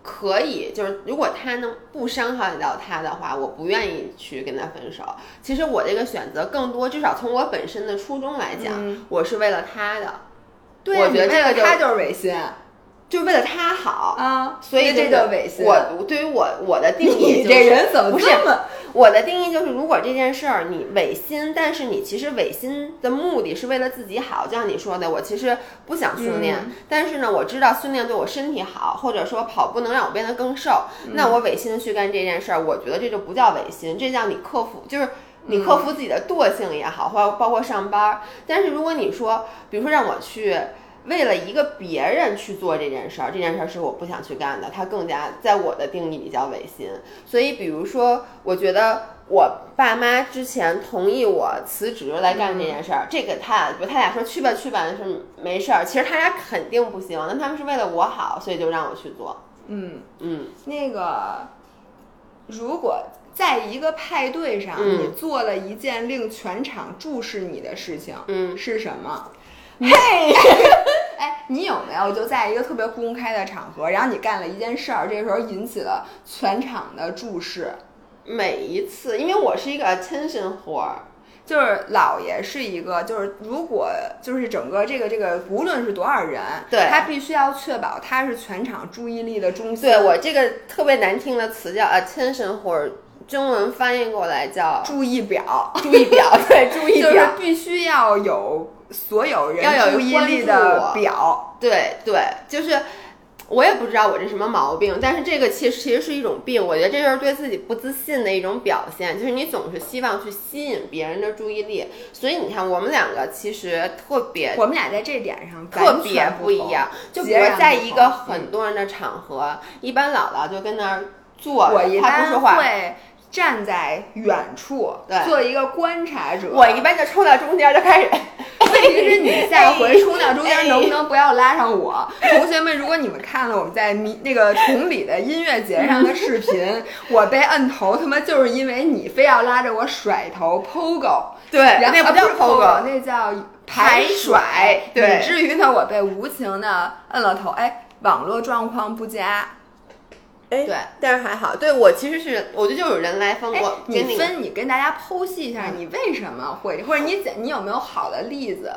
可以，就是如果他能不伤害到他的话，我不愿意去跟他分手。其实我这个选择更多，至少从我本身的初衷来讲，我是为了他的。 对， 我觉得这个他就是违心。 就是为了他好啊， 所以这就是违心。 我对于我的定义、就是， 你这人怎么不是我的定义就是，如果这件事儿你违心，但是你其实违心的目的是为了自己好，就像你说的，我其实不想训练，但是呢，我知道训练对我身体好，或者说跑步能让我变得更瘦，那我违心去干这件事儿，我觉得这就不叫违心，这叫你克服，就是你克服自己的惰性也好，或者包括上班。但是如果你说，比如说让我去。为了一个别人去做这件事儿，这件事儿是我不想去干的，它更加在我的定义里叫违心。所以比如说我觉得我爸妈之前同意我辞职来干这件事儿，这个他俩说去吧是没事儿，其实他俩肯定不行，那他们是为了我好，所以就让我去做。 那个如果在一个派对上，你做了一件令全场注视你的事情，是什么？嘿，哎，你有没有就在一个特别公开的场合，然后你干了一件事儿，这时候引起了全场的注视？ 每一次，因为我是一个 attention whore， 就是姥爷是一个，就是如果就是整个这个，无论是多少人， 对， 他必须要确保他是全场注意力的中心。 对，我这个特别难听的词叫 attention whore。中文翻译过来叫注意表， 对，注意表就是必须要有所有人注意力的表， 对，就是我也不知道我这什么毛病，但是这个其实是一种病，我觉得这就是对自己不自信的一种表现，就是你总是希望去吸引别人的注意力，所以你看我们两个其实特别， 我们俩在这点上特别不一样，就比如在一个很多人的场合，一般姥姥就跟那儿坐着， 我一般不说话。 会站在远处， 对， 做一个观察者。 我一般就冲到中间就开始。 问题是你下回冲到中间能不能不要拉上我？同学们，如果你们看了我们在那个崇礼的音乐节上的视频，我被摁头他妈就是因为你非要拉着我甩头 pogo。 对，然后那不叫 pogo， 那叫排甩。 对， 以至于呢，我被无情的摁了头。哎，网络状况不佳。 对，但是还好。对，我其实是，我觉得就有人来分我。 你跟大家剖析一下，你为什么会，或者你有没有好的例子？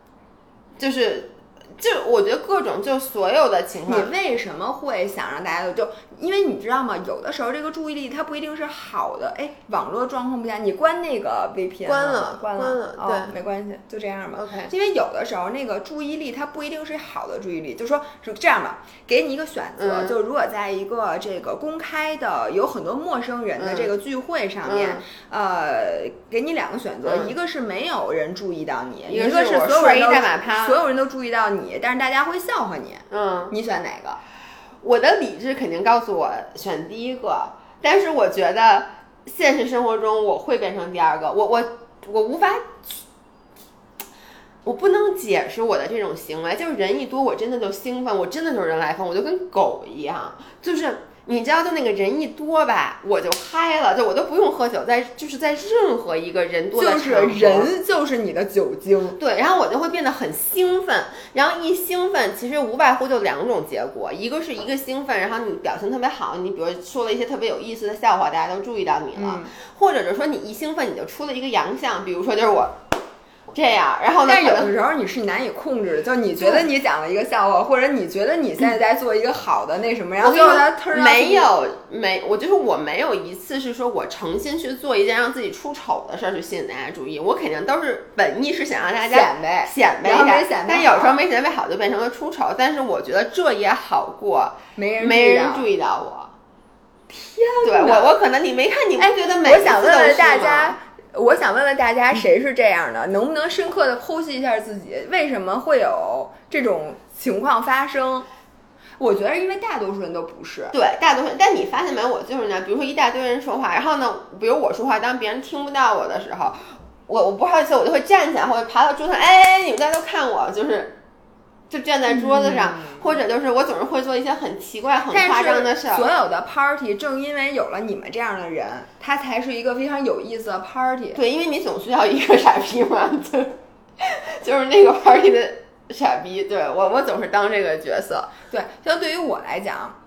就我觉得各种就所有的情况， 你为什么会想让大家就因为你知道吗？有的时候这个注意力它不一定是好的。哎，网络状况不佳，你关那个 VPN 关了， 对，没关系，就这样吧。 OK， 因为有的时候那个注意力它不一定是好的注意力，就说是这样吧，给你一个选择，就如果在一个这个公开的有很多陌生人的这个聚会上面，给你两个选择，一个是没有人注意到你，一个是所有人都注意到你，但是大家会笑话你。你选哪个？ 我的理智肯定告诉我选第一个，但是我觉得现实生活中我会变成第二个，我无法，我不能解释我的这种行为，就是人一多我真的就兴奋，我真的就是人来疯，我就跟狗一样，就是你知道，就那个人一多吧，我就嗨了，就我都不用喝酒，就是在任何一个人多的场合， 就是人就是你的酒精， 对，然后我就会变得很兴奋，然后一兴奋，其实无外乎就两种结果，一个是一个兴奋，然后你表情特别好，你比如说了一些特别有意思的笑话，大家都注意到你了，或者是说你一兴奋你就出了一个洋相，比如说就是我。这样，然后呢？ 但有的时候你是难以控制的，就你觉得你讲了一个笑话，或者你觉得你现在在做一个好的那什么，然后最后他我就是我没有一次是说我诚心去做一件让自己出丑的事儿去吸引大家注意，我肯定都是本意是想让大家显摆一下，但有时候没显摆好就变成了出丑，但是我觉得这也好过没人注意到我。 天哪！对我可能你没看，你不觉得每次都是吗？ 我想问问大家，谁是这样的？能不能深刻的剖析一下自己，为什么会有这种情况发生？我觉得因为大多数人都不是。 对，大多数人。但你发现没？我就是那，比如说一大堆人说话，然后呢，比如我说话，当别人听不到我的时候，我不好意思，我就会站起来，或者爬到桌上，哎，你们大家都看我，就站在桌子上，或者就是我总是会做一些很奇怪、很夸张的事儿。 所有的 party 正因为有了你们这样的人，它才是一个非常有意思的 party。 对，因为你总需要一个傻逼嘛，就是那个 party 的傻逼。对我总是当这个角色。 对，就对于我来讲，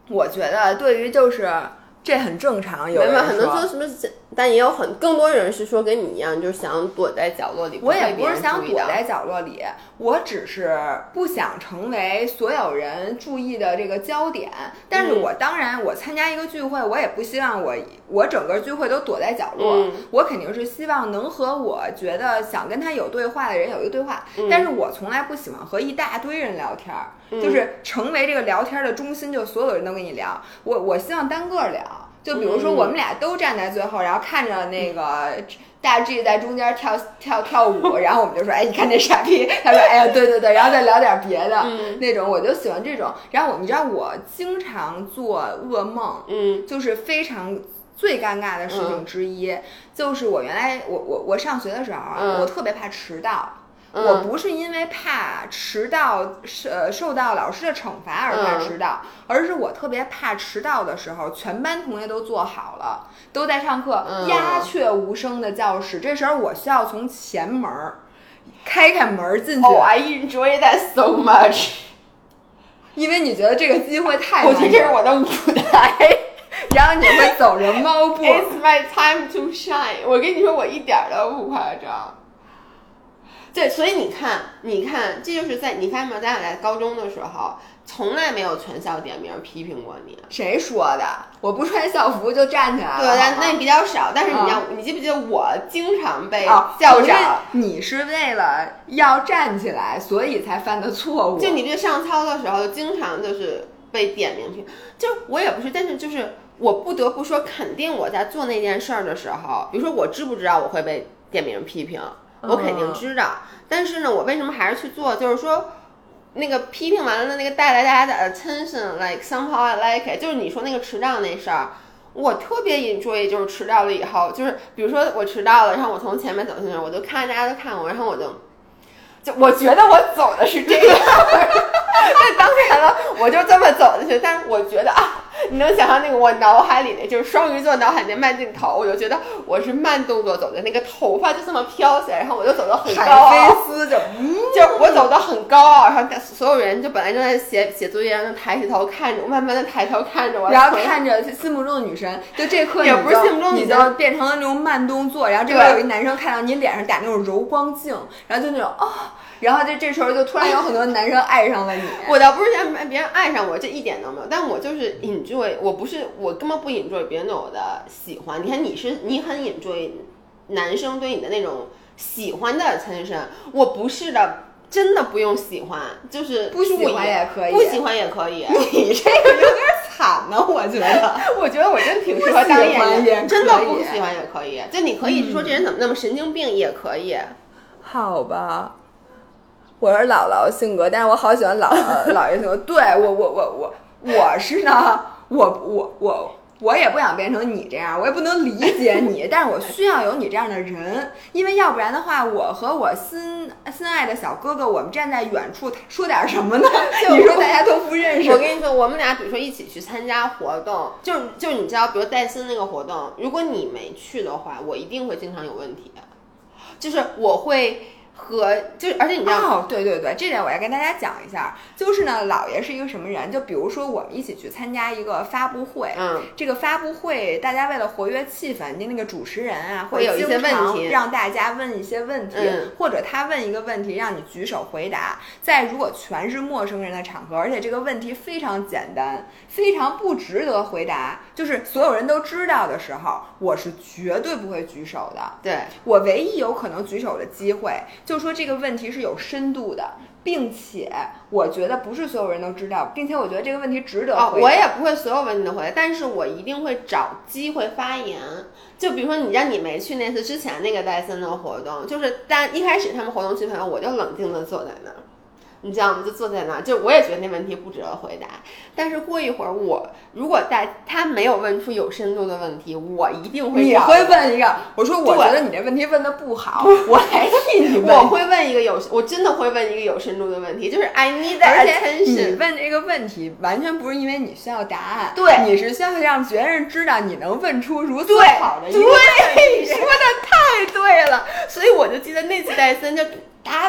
我觉得对于就是这很正常，有人说很多说什么，但也有更多人是说跟你一样，就是想躲在角落里。 我也不是想躲在角落里，我只是不想成为所有人注意的这个焦点。但是我当然，我参加一个聚会，我也不希望我整个聚会都躲在角落。我肯定是希望能和我觉得想跟他有对话的人有一个对话。但是我从来不喜欢和一大堆人聊天，就是成为这个聊天的中心，就所有人都跟你聊。我希望单个聊。就比如说我们俩都站在最后，然后看着那个大 G 在中间跳舞，然后我们就说，哎，你看这傻逼，他说，哎呀，对对对，然后再聊点别的，那种我就喜欢这种。然后你知道我经常做噩梦，就是非常最尴尬的事情之一，就是我原来我上学的时候啊，我特别怕迟到。我不是因为怕迟到受到老师的惩罚而怕迟到，而是我特别怕迟到的时候全班同学都坐好了，都在上课，鸦雀无声的教室，这时候我需要从前门开门进去。 I enjoy that so much， 因为你觉得这个机会太难， 我觉得这是我的舞台然后你会走着猫步 It's my time to shine。 我跟你说，我一点都不夸张。对，所以你看，这就是你发现没有？咱俩在高中的时候，从来没有全校点名批评过你。 谁说的？我不穿校服就站起来了。 对，那比较少。但是你记不记得我经常被校长？ 你是为了要站起来，所以才犯的错误。 就你这上操的时候，经常就是被点名批评。就我也不是，但是就是我不得不说，肯定我在做那件事儿的时候，比如说我知不知道我会被点名批评？我肯定知道，但是呢，我为什么还是去做？就是说，那个批评完了的那个带来大家的 attention，like somehow I like it。就是你说那个迟到那事儿，我特别 enjoy，就是迟到了以后，就是比如说我迟到了，然后我从前面走进去，我就看大家都看我，然后就我觉得我走的是这样，那当然了，我就这么走进去，但是我觉得啊。你能想象那个我脑海里的就是双鱼座脑海里的慢镜头，我就觉得我是慢动作走的，那个头发就这么飘起来，然后我就走得很高傲， 海飞丝就我走得很高傲，然后所有人就本来正在写作业，然后抬起头看着我，慢慢的抬头看着我， 然后看着心目中的女神，就这刻也不是心目中你就变成了那种慢动作，然后这边有一男生看到你脸上打那种柔光镜，然后就那种然后这时候就突然有很多男生爱上了你。 我倒不是让别人爱上我，这一点都没有，但我就是 enjoy， 我根本不 enjoy 别人对我的喜欢。你看你很 enjoy 男生对你的那种喜欢的attention，我不是的，真的不用喜欢，就是不喜欢也可以， 不喜欢也可以。 你这个有点惨呢，我觉得。 我觉得我真挺适合当演员，真的不喜欢也可以。就你可以说这人怎么那么神经病也可以。 好吧。我是姥姥性格，但是我好喜欢姥爷性格。对，我是呢，我也不想变成你这样，我也不能理解你，但是我需要有你这样的人，因为要不然的话，我和我心爱的小哥哥，我们站在远处说点什么呢？你说大家都不认识。 我跟你说，我们俩比如说一起去参加活动，就你知道，比如戴森那个活动，如果你没去的话，我一定会经常有问题，就是我会。而且你知道， 对，这点我要跟大家讲一下。就是呢，姥爷是一个什么人？就比如说我们一起去参加一个发布会，这个发布会大家为了活跃气氛，那个主持人啊会有一些问题， 让大家问一些问题，或者他问一个问题让你举手回答。在如果全是陌生人的场合，而且这个问题非常简单，非常不值得回答，就是所有人都知道的时候，我是绝对不会举手的。 对， 我唯一有可能举手的机会，就说这个问题是有深度的，并且我觉得不是所有人都知道，并且我觉得这个问题值得回答。 我也不会所有问题都回答，但是我一定会找机会发言。就比如说你没去那次之前那个戴森的活动，就是一开始他们活动去朋友，我就冷静的坐在那儿。你知道吗？就坐在那儿，就我也觉得那问题不值得回答。但是过一会儿，如果他没有问出有深度的问题，我一定会。 你会问一个，我说我觉得你这问题问的不好，我来替你问。 我会问一个我真的会问一个有深度的问题，就是 I need that attention。 你问这个问题完全不是因为你需要答案， 对， 你是需要让别人知道你能问出如此好的一个问题。对，说的太对了。所以我就记得那次戴森就。他问的问题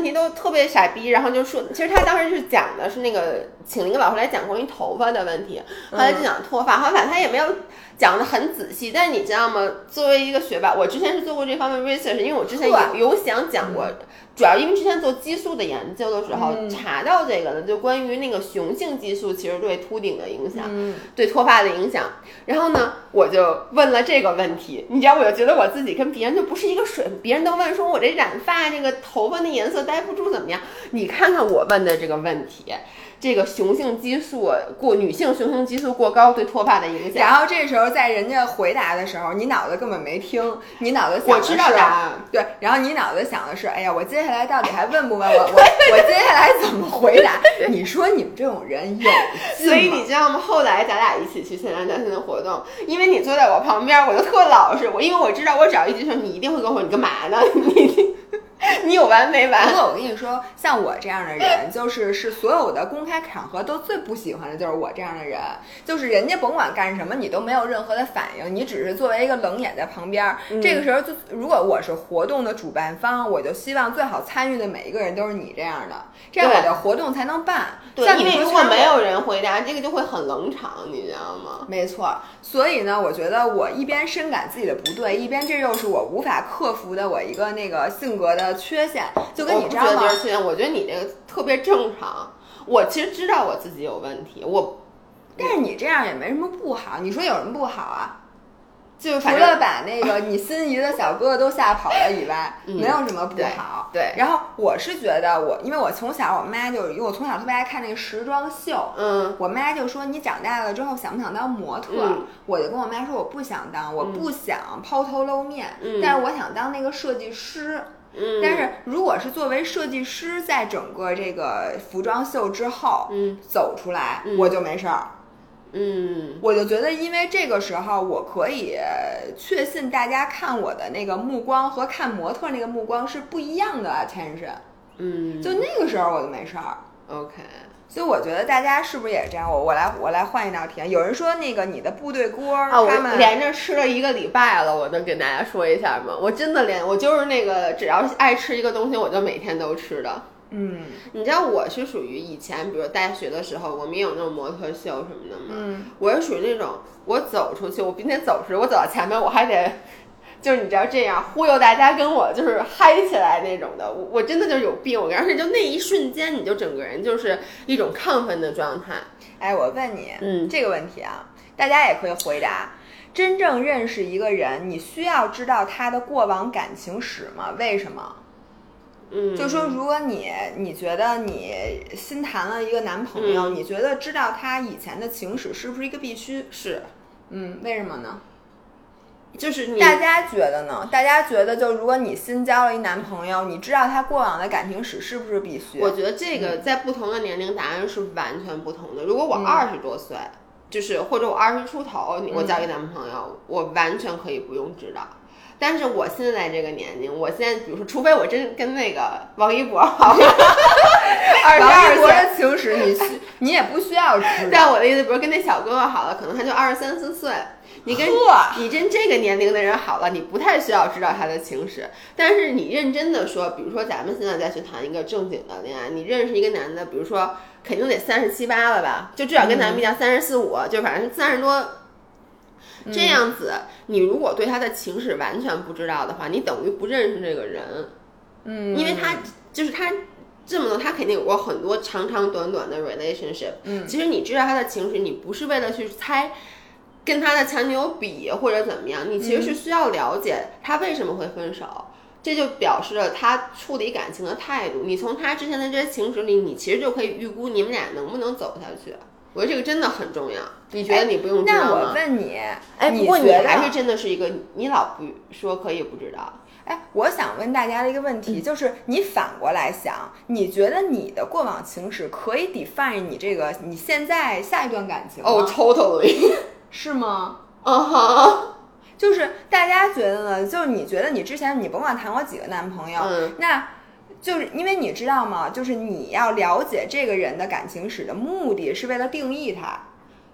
题都特别傻逼，然后就说，其实他当时是讲的是那个请了一个老师来讲关于头发的问题，后来就讲脱发，后来他也没有讲的很仔细，但是你知道吗？作为一个学霸，我之前是做过这方面 research， 因为我之前有想讲过。主要因为之前做激素的研究的时候，查到这个的，就关于那个雄性激素其实对秃顶的影响，对脱发的影响。然后呢，我就问了这个问题，你知道，我就觉得我自己跟别人就不是一个水，别人都问说我这染发这个头发的颜色待不住怎么样？你看看我问的这个问题。这个雄性激素女性雄性激素过高对脱发的影响， 然后这时候在人家回答的时候，你脑子根本没听，你脑子想的是我知道答案， 对，然后你脑子想的是，哎呀，我接下来到底还问不问我接下来怎么回答？你说你们这种人有劲吗？ 所以你知道吗？后来咱俩一起去线上健身的活动，因为你坐在我旁边，我就特老实，因为我知道我只要一句说，你一定会跟我说你干嘛呢？你有完没完？ 不过我跟你说，像我这样的人，是所有的公开场合都最不喜欢的就是我这样的人，就是人家甭管干什么，你都没有任何的反应，你只是作为一个冷眼在旁边。这个时候如果我是活动的主办方，我就希望最好参与的每一个人都是你这样的，这样我的活动才能办。 对，因为如果没有人回答，这个就会很冷场，你知道吗？ 没错。所以呢，我觉得我一边深感自己的不对，一边这又是我无法克服的我一个那个性格的缺陷。就跟你知道吗？ 我觉得你这个特别正常。我其实知道我自己有问题， 但是你这样也没什么不好。你说有什么不好啊？ 就除了把那个你心仪的小哥哥都吓跑了以外，没有什么不好。 对。 然后我是觉得因为我从小我妈因为我从小特别爱看那个时装秀，我妈就说你长大了之后想不想当模特？我就跟我妈说我不想当，我不想抛头露面，但是我想当那个设计师。但是如果是作为设计师，在整个这个服装秀之后，走出来，我就没事儿。我就觉得，因为这个时候我可以确信大家看我的那个目光和看模特那个目光是不一样的 attention。就那个时候我就没事儿。 OK。 所以我觉得大家是不是也是这样？我来换一道题。有人说那个你的部队锅，他们我连着吃了1个礼拜了，我能跟大家说一下吗？我真的我就是那个只要爱吃一个东西，我就每天都吃的。你知道我是属于以前，比如大学的时候，我们也有那种模特秀什么的嘛。我是属于那种我走出去，我并且走出去，我走到前面，我还得。就是你知道这样忽悠大家跟我就是嗨起来那种的，我真的就是有病，而且就那一瞬间你就整个人就是一种亢奋的状态。 哎，我问你，这个问题啊，大家也可以回答。真正认识一个人，你需要知道他的过往感情史吗？为什么？就说如果你觉得你新谈了一个男朋友，你觉得知道他以前的情史是不是一个必须？ 是。 为什么呢？ 就是大家觉得呢？大家觉得就如果你新交了一男朋友，你知道他过往的感情史是不是必须？ 我觉得这个在不同的年龄答案是完全不同的。如果我20多岁，就是或者我20出头，我交一个男朋友，我完全可以不用知道。但是我现在这个年龄，我现在比如说，除非我真跟那个王一博好王一博的情史你也不需要知道。 但我的意思，比如跟那小哥哥好了，可能他就23、24岁。你跟这个年龄的人好了，你不太需要知道他的情史。但是你认真的说，比如说咱们现在再去谈一个正经的恋爱，你认识一个男的，比如说肯定得37、38了吧，就至少跟咱们比较34、35，就反正30多。这样子，你如果对他的情史完全不知道的话，你等于不认识这个人。因为他就是他这么多，他肯定有过很多长长短短的 relationship。其实你知道他的情史，你不是为了去猜跟他的前女友比或者怎么样，你其实是需要了解他为什么会分手。这就表示了他处理感情的态度。你从他之前的这些情史里，你其实就可以预估你们俩能不能走下去。我觉得这个真的很重要。你觉得你不用知道吗？ 那我问你， 不过你还是真的是一个，你老不说可以不知道。 我想问大家的一个问题，就是你反过来想，你觉得你的过往情史可以 define 你这个你现在下一段感情吗 ？Totally 是吗？ 就是大家觉得呢？就是你觉得你之前你甭管谈过几个男朋友，那就是因为你知道吗？就是你要了解这个人的感情史的目的是为了定义他。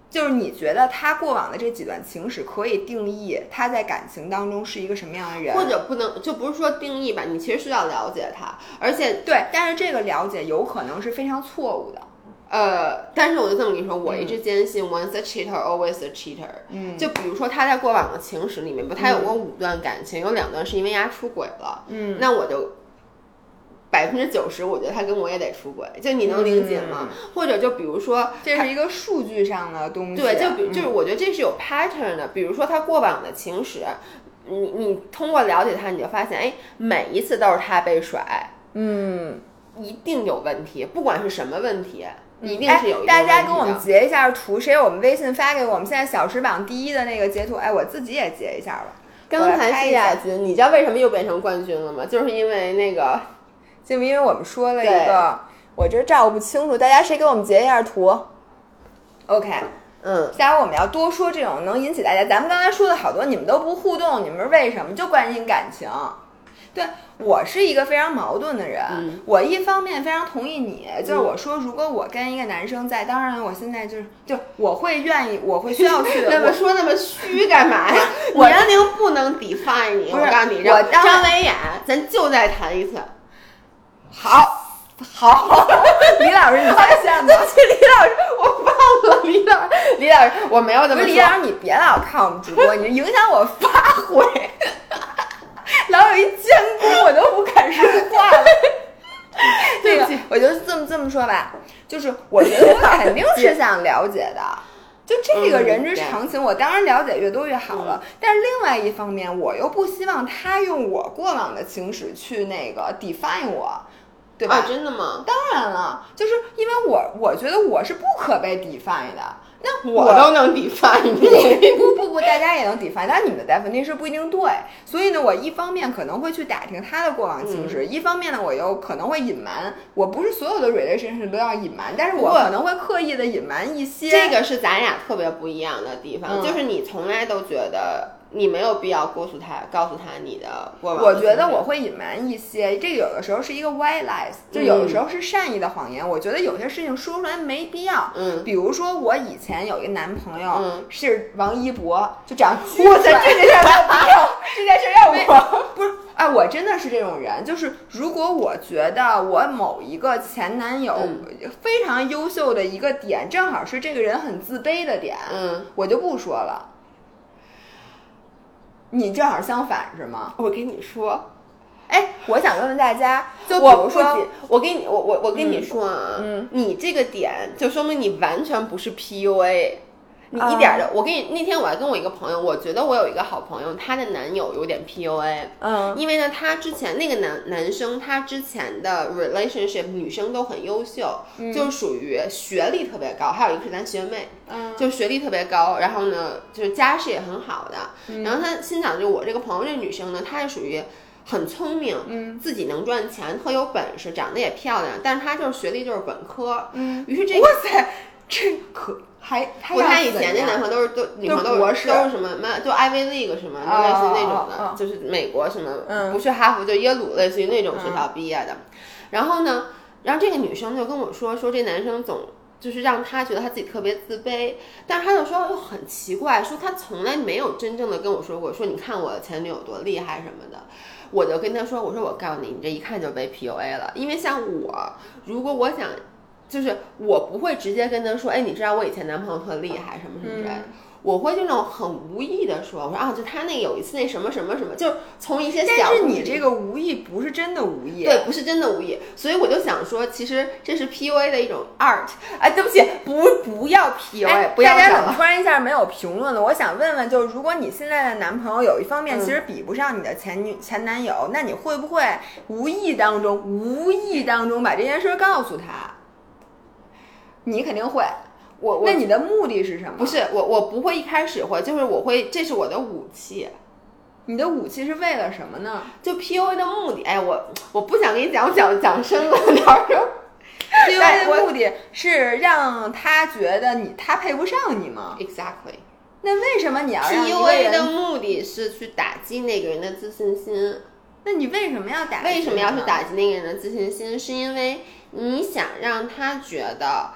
就是你觉得他过往的这几段情史可以定义他在感情当中是一个什么样的人， 或者不能，就不是说定义吧，你其实是要了解他，而且对，但是这个了解有可能是非常错误的。 但是我就这么跟你说，我一直坚信 once a cheater always a cheater。就比如说他在过往的情史里面他有过5段感情，有2段是因为他出轨了，那我就90%我觉得他跟我也得出轨，就你能理解吗？或者就比如说这是一个数据上的东西， 对，就是我觉得这是有 pattern 的。比如说他过往的情史，你通过了解他，你就发现，哎，每一次都是他被甩，一定有问题，不管是什么问题。一定是有一个问题的。 大家给我们截一下图，谁有我们微信发给我们现在小时榜第1的那个截图？哎，我自己也截一下吧。 刚才是亚军，你知道为什么又变成冠军了吗？就是因为那个， 就因为我们说了一个，我这照不清楚，大家谁给我们截一下图 ？OK， 下回我们要多说这种能引起大家。咱们刚才说的好多，你们都不互动，你们是为什么？就关心感情。对，我是一个非常矛盾的人，我一方面非常同意你，就是我说如果我跟一个男生在，当然我现在就我会愿意，我会需要去那么说那么虚干嘛呀？年龄不能 define 你，我告诉你， 我张维雅，咱就再谈一次。 好，李老师你发现吗？ 对不起，李老师，我忘了李老师，我没有这么说。 李老师，你别老看我们直播，你影响我发挥。老有一监工，我都不敢说话了。对不起，我就这么说吧，就是我觉得我肯定是想了解的，就这个人之常情，我当然了解越多越好了。但是另外一方面，我又不希望他用我过往的情史去那个 define 我。对吧？ 真的吗？ 当然了，就是因为我觉得我是不可被 define 的。那我都能 define 你， 不，大家也能 define，但你们的 definition 不一定对。所以呢，我一方面可能会去打听他的过往情史，一方面呢，我又可能会隐瞒。我不是所有的 relationship 都要隐瞒，但是我可能会刻意的隐瞒一些。 这个是咱俩特别不一样的地方，就是你从来都觉得你没有必要告诉他你的过往。 我觉得我会隐瞒一些，这个有的时候是一个 white lies， 就有的时候是善意的谎言。我觉得有些事情说出来没必要。比如说我以前有一个男朋友是王一博，就长巨帅。这件事没有必要，这件事让我不是。哎，我真的是这种人，就是如果我觉得我某一个前男友非常优秀的一个点，正好是这个人很自卑的点，我就不说了。你正好相反是吗？ 我跟你说， 哎，我想问问大家，就比如说， 我跟你说啊，你这个点就说明你完全不是 PUA。你一点的，我跟你那天我还跟我一个朋友，我觉得我有一个好朋友，她的男友有点 PUA，因为呢，他之前那个男生，他之前的 relationship 女生都很优秀，就是属于学历特别高，还有一个是咱学妹，就学历特别高，然后呢，就是家世也很好的，然后他欣赏就我这个朋友这女生呢，她是属于很聪明，自己能赚钱，特有本事，长得也漂亮，但是她就是学历就是本科，于是这个哇塞，这可。 他以前那男朋友都女朋友都是什么就 Ivy League 什么，就类似那种的，就是美国什么不是哈佛就耶鲁，类似于那种学校毕业的。然后呢，这个女生就跟我说这男生总就是让她觉得她自己特别自卑，但是她就说又很奇怪，说她从来没有真正的跟我说过，说你看我的前女友多厉害什么的。我就跟她说，我说我告诉你，你这一看就被 PUA 了，因为像我，如果我想。就是我不会直接跟他说，哎，你知道我以前男朋友特厉害什么什么之类的，我会就那种很无意的说，我说啊，就他那有一次那什么什么什么，就从一些小。 但是你这个无意不是真的无意， 对，不是真的无意，所以我就想说，其实这是 PUA 的一种 art。哎，对不起，不要 PUA，不要。 大家怎么突然一下没有评论了？我想问问，就是如果你现在的男朋友有一方面其实比不上你的前男友，那你会不会无意当中把这件事告诉他？你肯定会，那你的目的是什么？ 不是我不会一开始会，就是我会，这是我的武器。 你的武器是为了什么呢？ 就 PUA 的目的，哎，我不想跟你讲深了点儿。 PUA 的目的是让他觉得他配不上你吗 ？Exactly。 那为什么你要让 PUA 的目的是去打击那个人的自信心？ 那你为什么要打击？ 为什么要去打击那个人的自信心？是因为你想让他觉得。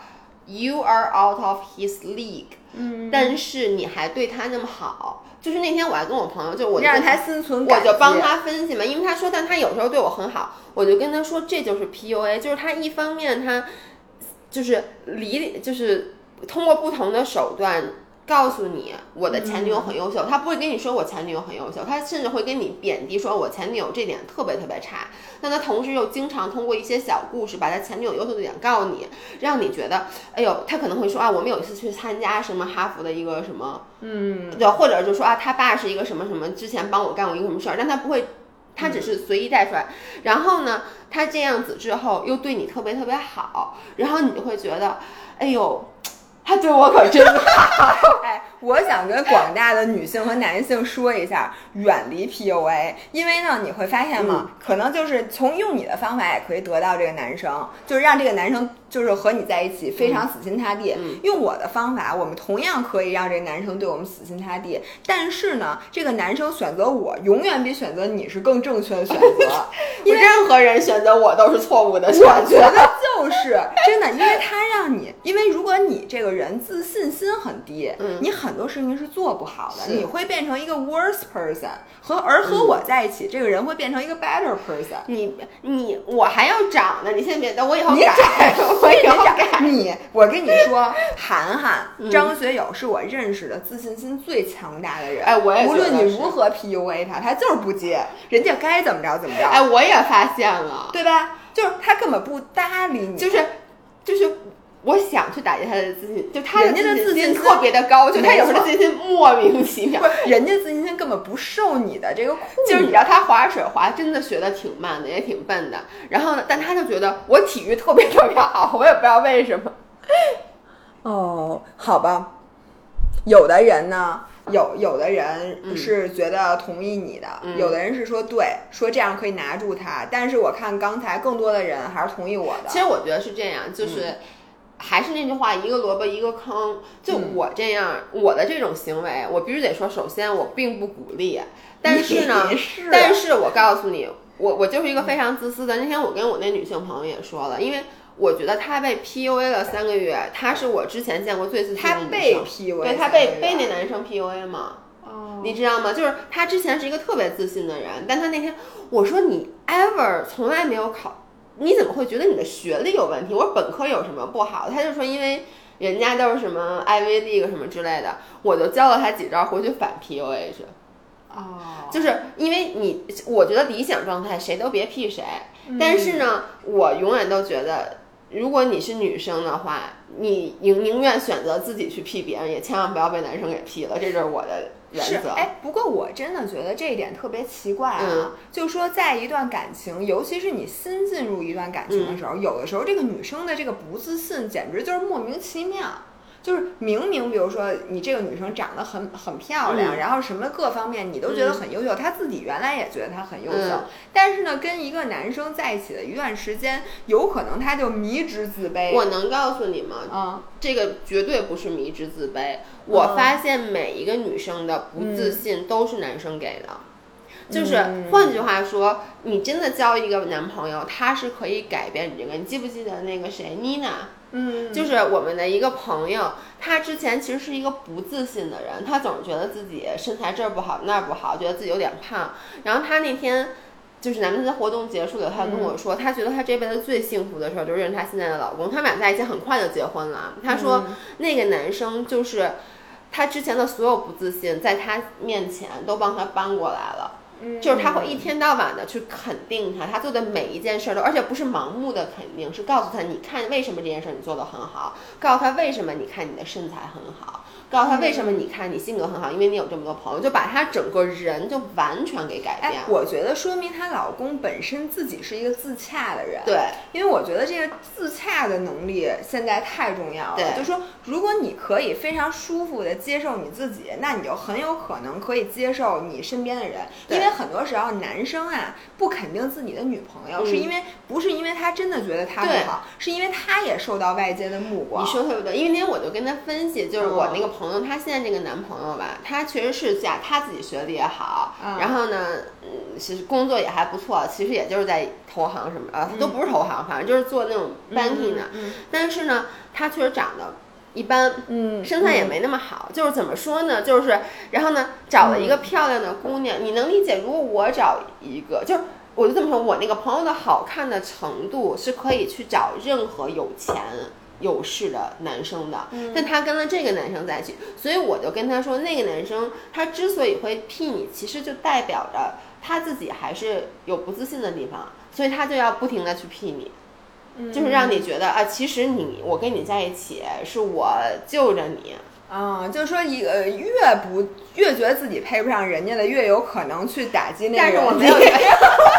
you are out of his league，但是你还对他那么好。就是那天我还跟我朋友，就我让他心存感激， 我就帮他分析嘛，因为他说，但他有时候对我很好，我就跟他说这就是 PUA， 就是他一方面他就是就是通过不同的手段告诉你我的前女友很优秀，他不会跟你说我前女友很优秀，他甚至会跟你贬低说我前女友这点特别特别差，但他同时又经常通过一些小故事把他前女友优秀的点告诉你，让你觉得哎呦，他可能会说啊，我们有一次去参加什么哈佛的一个什么对，或者就说啊，他爸是一个什么什么之前帮我干过一个什么事儿，但他不会，他只是随意带出来，然后呢他这样子之后又对你特别特别好，然后你就会觉得哎呦，他对我可真好。 哎，我想跟广大的女性和男性说一下，远离 PUA， 因为呢，你会发现嘛，可能就是从用你的方法也可以得到这个男生，就是让这个男生就是和你在一起非常死心塌地。用我的方法，我们同样可以让这个男生对我们死心塌地，但是呢，这个男生选择我永远比选择你是更正确的选择， 因为任何人选择我都是错误的选择。 我觉得就是真的，因为他让你，因为如果你这个人自信心很低，你很多事情是做不好的，你会变成一个 worse person， 而和我在一起，这个人会变成一个 better person。 我还要长呢，你先别，我以后改， 我以后改。 我跟你说，韩寒、张学友是我认识的自信心最强大的人。 哎，我也无论你如何 PUA 他就是不接，人家该怎么着怎么着。 哎，我也发现了， 对吧？就是他根本不搭理你， 就是。我想去打击他的自信，就他人家的自信心特别的高，就他有时候自信心莫名其妙， 人家自信心根本不受你的这个控制。 就是你知道他滑水滑真的学的挺慢的，也挺笨的，然后呢，但他就觉得我体育特别特别好，我也不知道为什么。 哦，好吧，有的人呢。有的人是觉得同意你的，有的人是说对，说这样可以拿住他，但是我看刚才更多的人还是同意我的。 其实我觉得是这样，就是还是那句话，一个萝卜一个坑。就我这样，我的这种行为，我必须得说，首先我并不鼓励，但是呢，但是我告诉你，我就是一个非常自私的。那天我跟我那女性朋友也说了，因为我觉得她被 PUA 了3个月，她是我之前见过最自信的女生。 她被 PUA， 对，她被那男生 PUA 嘛。你知道吗？就是她之前是一个特别自信的人，但她那天我说你 ever 从来没有你怎么会觉得你的学历有问题？我说本科有什么不好？她就说因为人家都是什么 Ivy League 什么之类的，我就教了她几招回去反 PUA 去。就是因为我觉得理想状态谁都别 P 谁，但是呢，我永远都觉得。如果你是女生的话，你宁愿选择自己去 P 别人，也千万不要被男生给 P 了，这就是我的原则。 哎，不过我真的觉得这一点特别奇怪啊，就是说在一段感情，尤其是你新进入一段感情的时候，有的时候这个女生的这个不自信简直就是莫名其妙。就是明明比如说你这个女生长得很漂亮，然后什么各方面你都觉得很优秀，她自己原来也觉得她很优秀，但是呢跟一个男生在一起的一段时间，有可能他就迷之自卑。 我能告诉你吗？这个绝对不是迷之自卑。我发现每一个女生的不自信都是男生给的。就是换句话说，你真的交一个男朋友，他是可以改变你这个。你记不记得那个谁妮娜？就是我们的一个朋友，他之前其实是一个不自信的人，他总是觉得自己身材这儿不好那儿不好，觉得自己有点胖。然后他那天就是咱们的活动结束了，他跟我说，他觉得他这辈子最幸福的事就是认识他现在的老公，他们俩在一起很快就结婚了。他说那个男生就是他之前的所有不自信，在他面前都帮他搬过来了。就是他会一天到晚的去肯定他做的每一件事都，而且不是盲目的肯定，是告诉他你看为什么这件事你做得很好，告诉他为什么你看你的身材很好，告诉他为什么你看你性格很好，因为你有这么多朋友，就把他整个人就完全给改变了。 我觉得说明她老公本身自己是一个自洽的人。 对， 因为我觉得这个自洽的能力现在太重要了。 对， 就说如果你可以非常舒服的接受你自己，那你就很有可能可以接受你身边的人。因为很多时候男生啊不肯定自己的女朋友，是因为不是因为他真的觉得他不好，是因为他也受到外界的目光。 你说对不对？因为那天我就跟他分析，就是我那个朋友，他现在这个男朋友吧，他确实是他自己学历也好，然后呢，其实工作也还不错，其实也就是在投行什么都不是投行，反正就是做那种 banking 的，但是呢，他确实长得一般，身材也没那么好，就是怎么说呢，就是然后呢，找了一个漂亮的姑娘，你能理解？如果我找一个，就是我就这么说，我那个朋友的好看的程度是可以去找任何有钱有势的男生的，但他跟了这个男生在一起，所以我就跟他说，那个男生他之所以会屁你，其实就代表着他自己还是有不自信的地方，所以他就要不停的去屁你。就是让你觉得啊，其实我跟你在一起是我救着你就是说一个越觉得自己配不上人家的，越有可能去打击那个人。 但是我没有觉得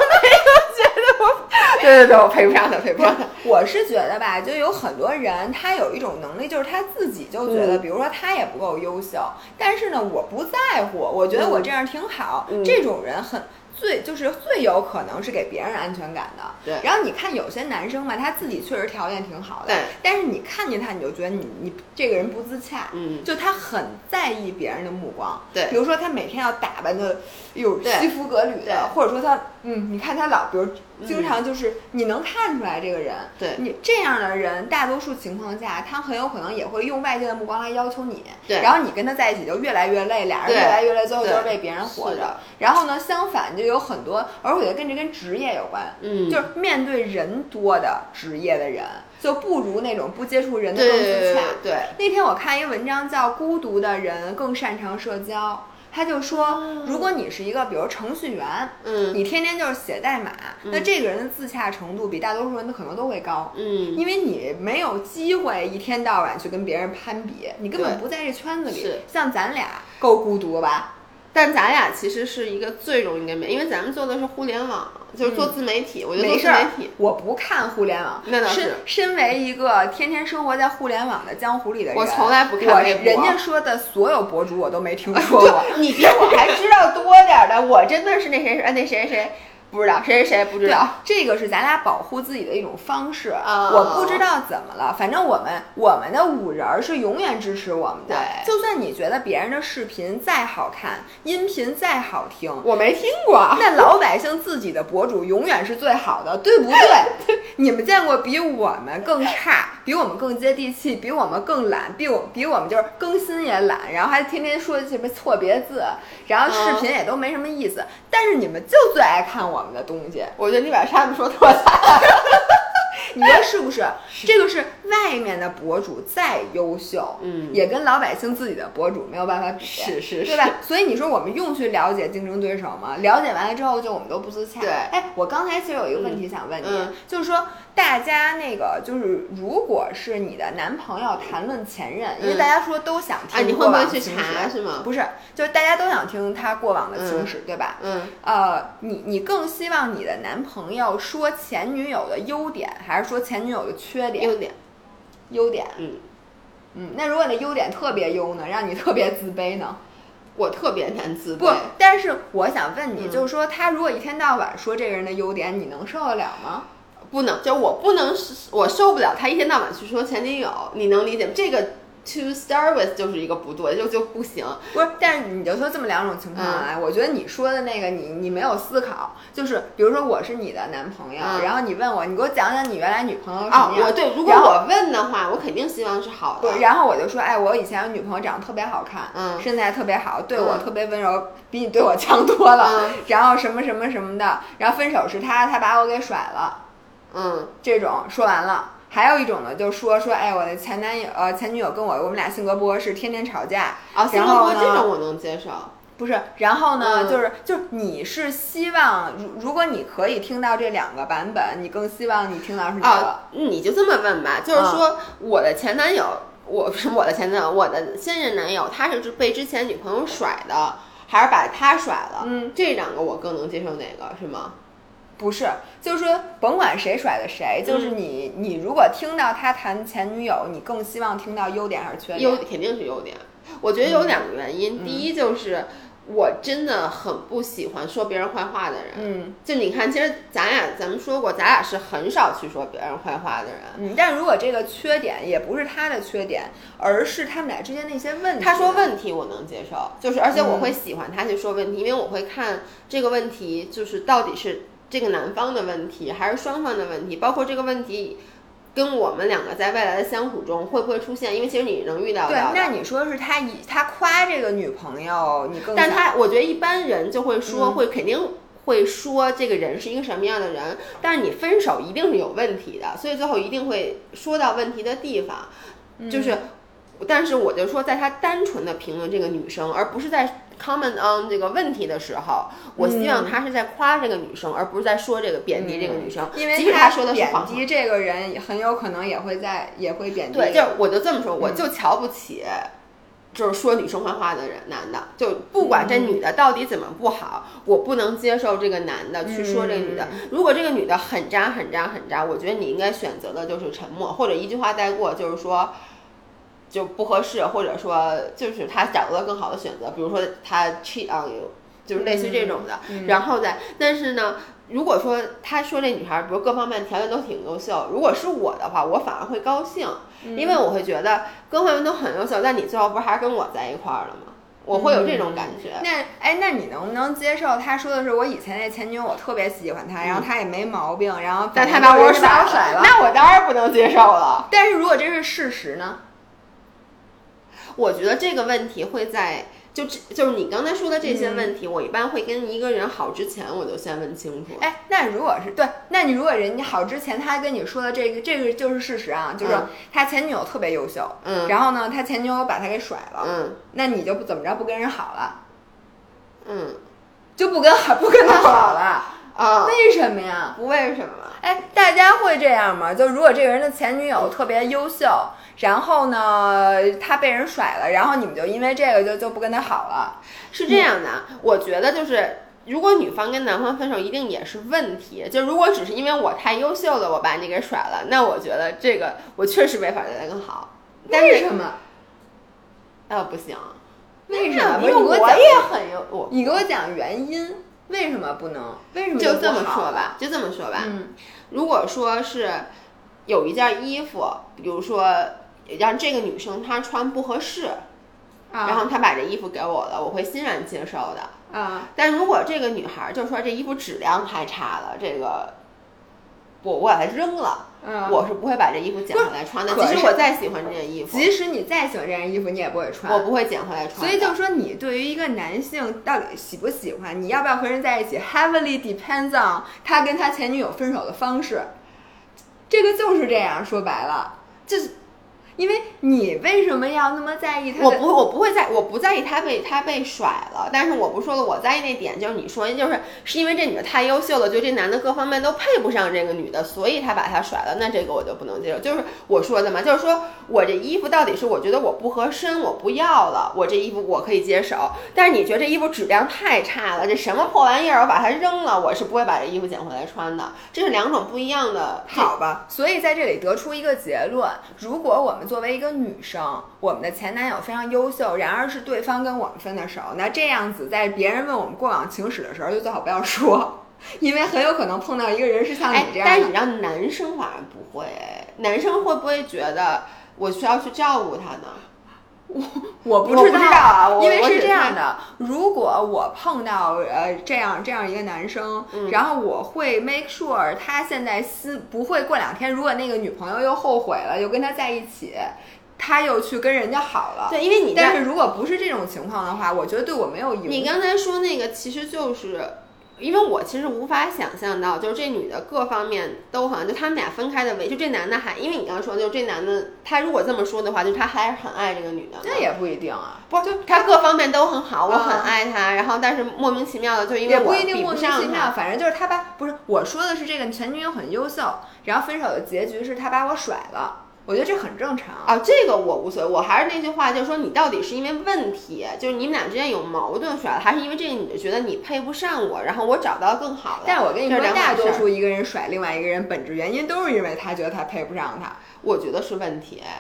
对，我配不上他。 我是觉得吧，就有很多人他有一种能力，就是他自己就觉得，比如说他也不够优秀，但是呢，我不在乎，我觉得我这样挺好，这种人最有可能是给别人安全感的。 对。 然后你看有些男生吧，他自己确实条件挺好的，但是你看见他，你就觉得你这个人不自洽，就他很在意别人的目光。 对。 比如说他每天要打扮的西服革履的，或者说他你看他老比如经常就是你能看出来这个人， 对， 你这样的人大多数情况下他很有可能也会用外界的目光来要求你， 对， 然后你跟他在一起就越来越累，俩人越来越累，最后就是为别人活着。然后呢，相反就有很多，而我觉得跟这跟职业有关，就是面对人多的职业的人，就不如那种不接触人的更自洽。 对， 那天我看一个文章叫《孤独的人更擅长社交》。他就说，如果你是一个比如程序员，你天天就是写代码，那这个人的自洽程度比大多数人的可能都会高，因为你没有机会一天到晚去跟别人攀比，你根本不在这圈子里。像咱俩够孤独吧？ 但咱俩其实是一个最容易跟别人，因为咱们做的是互联网，就是做自媒体。我觉得做自媒体， 我不看互联网。 那倒是。 身为一个天天生活在互联网的江湖里的人， 我从来不看微博。 人家说的所有博主我都没听说过。 你比我还知道多点的，我真的是那谁。不知道谁不知道， 这个是咱俩保护自己的一种方式。我不知道怎么了，反正我们的五人是永远支持我们的。就算你觉得别人的视频再好看，音频再好听， 我没听过， 那老百姓自己的博主永远是最好的，对不对？你们见过比我们更差，比我们更接地气，比我们更懒，比我们就是更新也懒，然后还天天说什么错别字，然后视频也都没什么意思，但是你们就最爱看我们的东西。 我觉得你把他们说特惨。 你说是不是？这个是外面的博主再优秀，也跟老百姓自己的博主没有办法比， 是， 对吧？所以你说我们用去了解竞争对手吗？了解完了之后，就我们都不自洽。 对， 我刚才其实有一个问题想问你，就是说大家那个就是如果是你的男朋友谈论前任，因为大家说都想听你会不会去查是吗？ 不是，就是大家都想听他过往的情史，对吧？你更希望你的男朋友说前女友的优点，还是说前女友的缺点？优点。那如果你的优点特别优呢，让你特别自卑呢？ 我特别难自卑。 不，但是我想问你，就是说他如果一天到晚说这个人的优点，你能受得了吗？ 不能，就我受不了他一天到晚去说前女友，你能理解这个？To start with 就是一个不对，就不行。 不是，但是你就说这么两种情况来，我觉得你说的那个你没有思考，就是比如说我是你的男朋友，然后你问我，你给我讲讲你原来女朋友什么样？ 对，如果我问的话，我肯定希望是好的。 对，然后我就说，我以前有女朋友长得特别好看，身材特别好，对我特别温柔，比你对我强多了，然后什么什么什么的，然后分手是他把我给甩了，这种说完了。还有一种呢，就说，我的前女友跟我们俩性格不合适，天天吵架。 性格不合适这种我能接受。 不是，然后呢，就是你是希望，如果你可以听到这两个版本，你更希望你听到是哪个？ 你就这么问吧，就是说我的前男友，我的现任男友，他是被之前女朋友甩的，还是把他甩了？这两个我更能接受哪个是吗？ 不是，就是说甭管谁甩的谁，就是你如果听到他谈前女友，你更希望听到优点还是缺点？ 肯定是优点。我觉得有两个原因，第一就是我真的很不喜欢说别人坏话的人。就你看，其实咱们说过，咱俩是很少去说别人坏话的人。 但如果这个缺点也不是他的缺点，而是他们俩之间的一些问题， 他说问题我能接受，就是而且我会喜欢他去说问题，因为我会看这个问题就是到底是这个男方的问题还是双方的问题，包括这个问题跟我们两个在未来的相处中会不会出现，因为其实你能遇到的。 对，那你说是他夸这个女朋友，你更但我觉得一般人就会说，会肯定会说这个人是一个什么样的人，但是你分手一定是有问题的，所以最后一定会说到问题的地方，就是但是我就说在他单纯的评论这个女生，而不是在comment on 这个问题的时候，我希望他是在夸这个女生，而不是在说这个贬低这个女生。 因为即使他说的是贬低这个人，很有可能也会贬低。 对，就我就这么说，我就瞧不起，就是说女生坏话的人，男的，就不管这女的到底怎么不好，我不能接受这个男的去说这个女的。如果这个女的很渣很渣很渣，我觉得你应该选择的就是沉默，或者一句话带过，就是说。就不合适，或者说就是他找到了更好的选择，比如说他 cheat on you， 就是类似这种的。然后但是呢，如果说他说这女孩，比如各方面条件都挺优秀，如果是我的话，我反而会高兴，因为我会觉得各方面都很优秀，但你最后不是还是跟我在一块儿了吗？我会有这种感觉。 那你能不能接受他说的是我以前那前女友，我特别喜欢她，然后她也没毛病，然后但他把我甩了，那我当然不能接受了。 但是如果这是事实呢？ 我觉得这个问题会在就是你刚才说的这些问题，我一般会跟一个人好之前我就先问清楚。 那如果是对，那你如果人家好之前他跟你说的这个就是事实啊，就是他前女友特别优秀，然后呢他前女友把他给甩了，那你就不怎么着不跟人好了，就不跟他好了啊？为什么呀？ 不为什么？ 大家会这样吗？就如果这个人的前女友特别优秀，然后呢他被人甩了，然后你们就因为这个就不跟他好了， 是这样的。我觉得就是如果女方跟男方分手一定也是问题，就如果只是因为我太优秀了我把你给甩了，那我觉得这个我确实没法再更好。 为什么？ 不行。 为什么？ 因为我也很你给我讲原因，为什么不能？为什么就这么说吧？如果说是有一件衣服，比如说让这个女生她穿不合适，然后她把这衣服给我了，我会欣然接受的。但如果这个女孩就说这衣服质量太差了，这个我把它扔了，我是不会把这衣服捡回来穿的。即使我再喜欢这件衣服， 即使你再喜欢这件衣服，你也不会穿， 我不会捡回来穿。 所以就说你对于一个男性到底喜不喜欢，你要不要和人在一起 ，heavily depends on 他跟他前女友分手的方式。这个就是这样，说白了，就是因为你为什么要那么在意他？ 我不在意他被甩了，但是我不说了，我在意那点就是你说是因为这女的太优秀了，就这男的各方面都配不上这个女的，所以他把她甩了，那这个我就不能接受。就是我说的嘛，就是说我这衣服到底是我觉得我不合身，我不要了，我这衣服我可以接受，但是你觉得这衣服质量太差了，这什么破玩意儿，我把它扔了，我是不会把这衣服捡回来穿的，这是两种不一样的。 好吧，所以在这里得出一个结论，如果我们作为一个女生，我们的前男友非常优秀，然而是对方跟我们分的手，那这样子在别人问我们过往情史的时候，就最好不要说，因为很有可能碰到一个人是像你这样的。 但是你让男生反而不会，男生会不会觉得我需要去照顾他呢？ 我不知道啊，因为是这样的，如果我碰到这样一个男生，然后我会 make sure 他现在不会过2天，如果那个女朋友又后悔了，又跟他在一起，他又去跟人家好了。 对，因为但是如果不是这种情况的话，我觉得对我没有影响。 你刚才说那个其实就是因为我其实无法想象到，就是这女的各方面都好像就他们俩分开的就这男的还，因为你刚刚说就是这男的他如果这么说的话，就他还是很爱这个女的。 那也不一定啊， 不就他各方面都很好，我很爱他，然后但是莫名其妙的就因为我比不上他， 反正就是他不是我说的是这个前女友很优秀，然后分手的结局是他把我甩了。我觉得这很正常啊，这个我无所谓。我还是那句话，就是说你到底是因为问题，就是你们俩之间有矛盾甩了，还是因为这个女的觉得你配不上我，然后我找到更好的？ 但我跟你说，大多数一个人甩另外一个人，本质原因都是因为他觉得他配不上他。 我觉得是问题，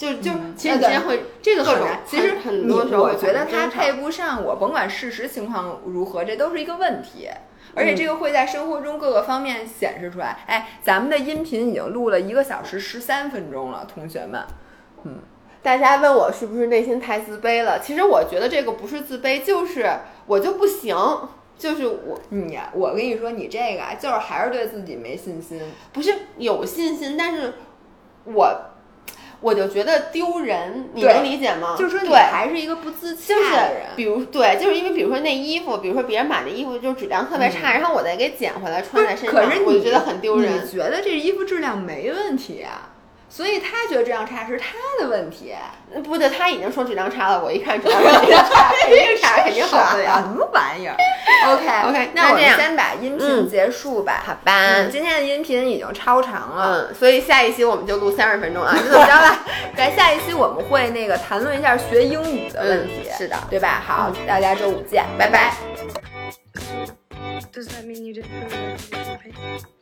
其实你之前会这个很难， 其实很多时候我觉得他配不上我，甭管事实情况如何，这都是一个问题。而且这个会在生活中各个方面显示出来。哎，咱们的音频已经录了1个小时13分钟了，同学们。 大家问我是不是内心太自卑了？其实我觉得这个不是自卑，就是我就不行，就是我跟你说，你这个就是还是对自己没信心。 不是有信心，但是我就觉得丢人，你能理解吗？ 就是说你还是一个不自洽的人。 就是因为比如说那衣服，比如说别人买的衣服就质量特别差，然后我再给捡回来穿在身上， 可是我就觉得很丢人。 你觉得这衣服质量没问题啊？所以他觉得质量差是他的问题。 不对，他已经说质量差了，我一看质量肯定差，肯定差，肯定好不了。 什么玩意儿 ？OK， 那我们先把音频结束吧。 好吧， 今天的音频已经超长了， 所以下一期我们就录30分钟啊，就这么着吧。 在下一期我们会谈论一下学英语的问题， 是的， 对吧？好，大家周五见，拜拜。 Does that mean you didn't really like the paint?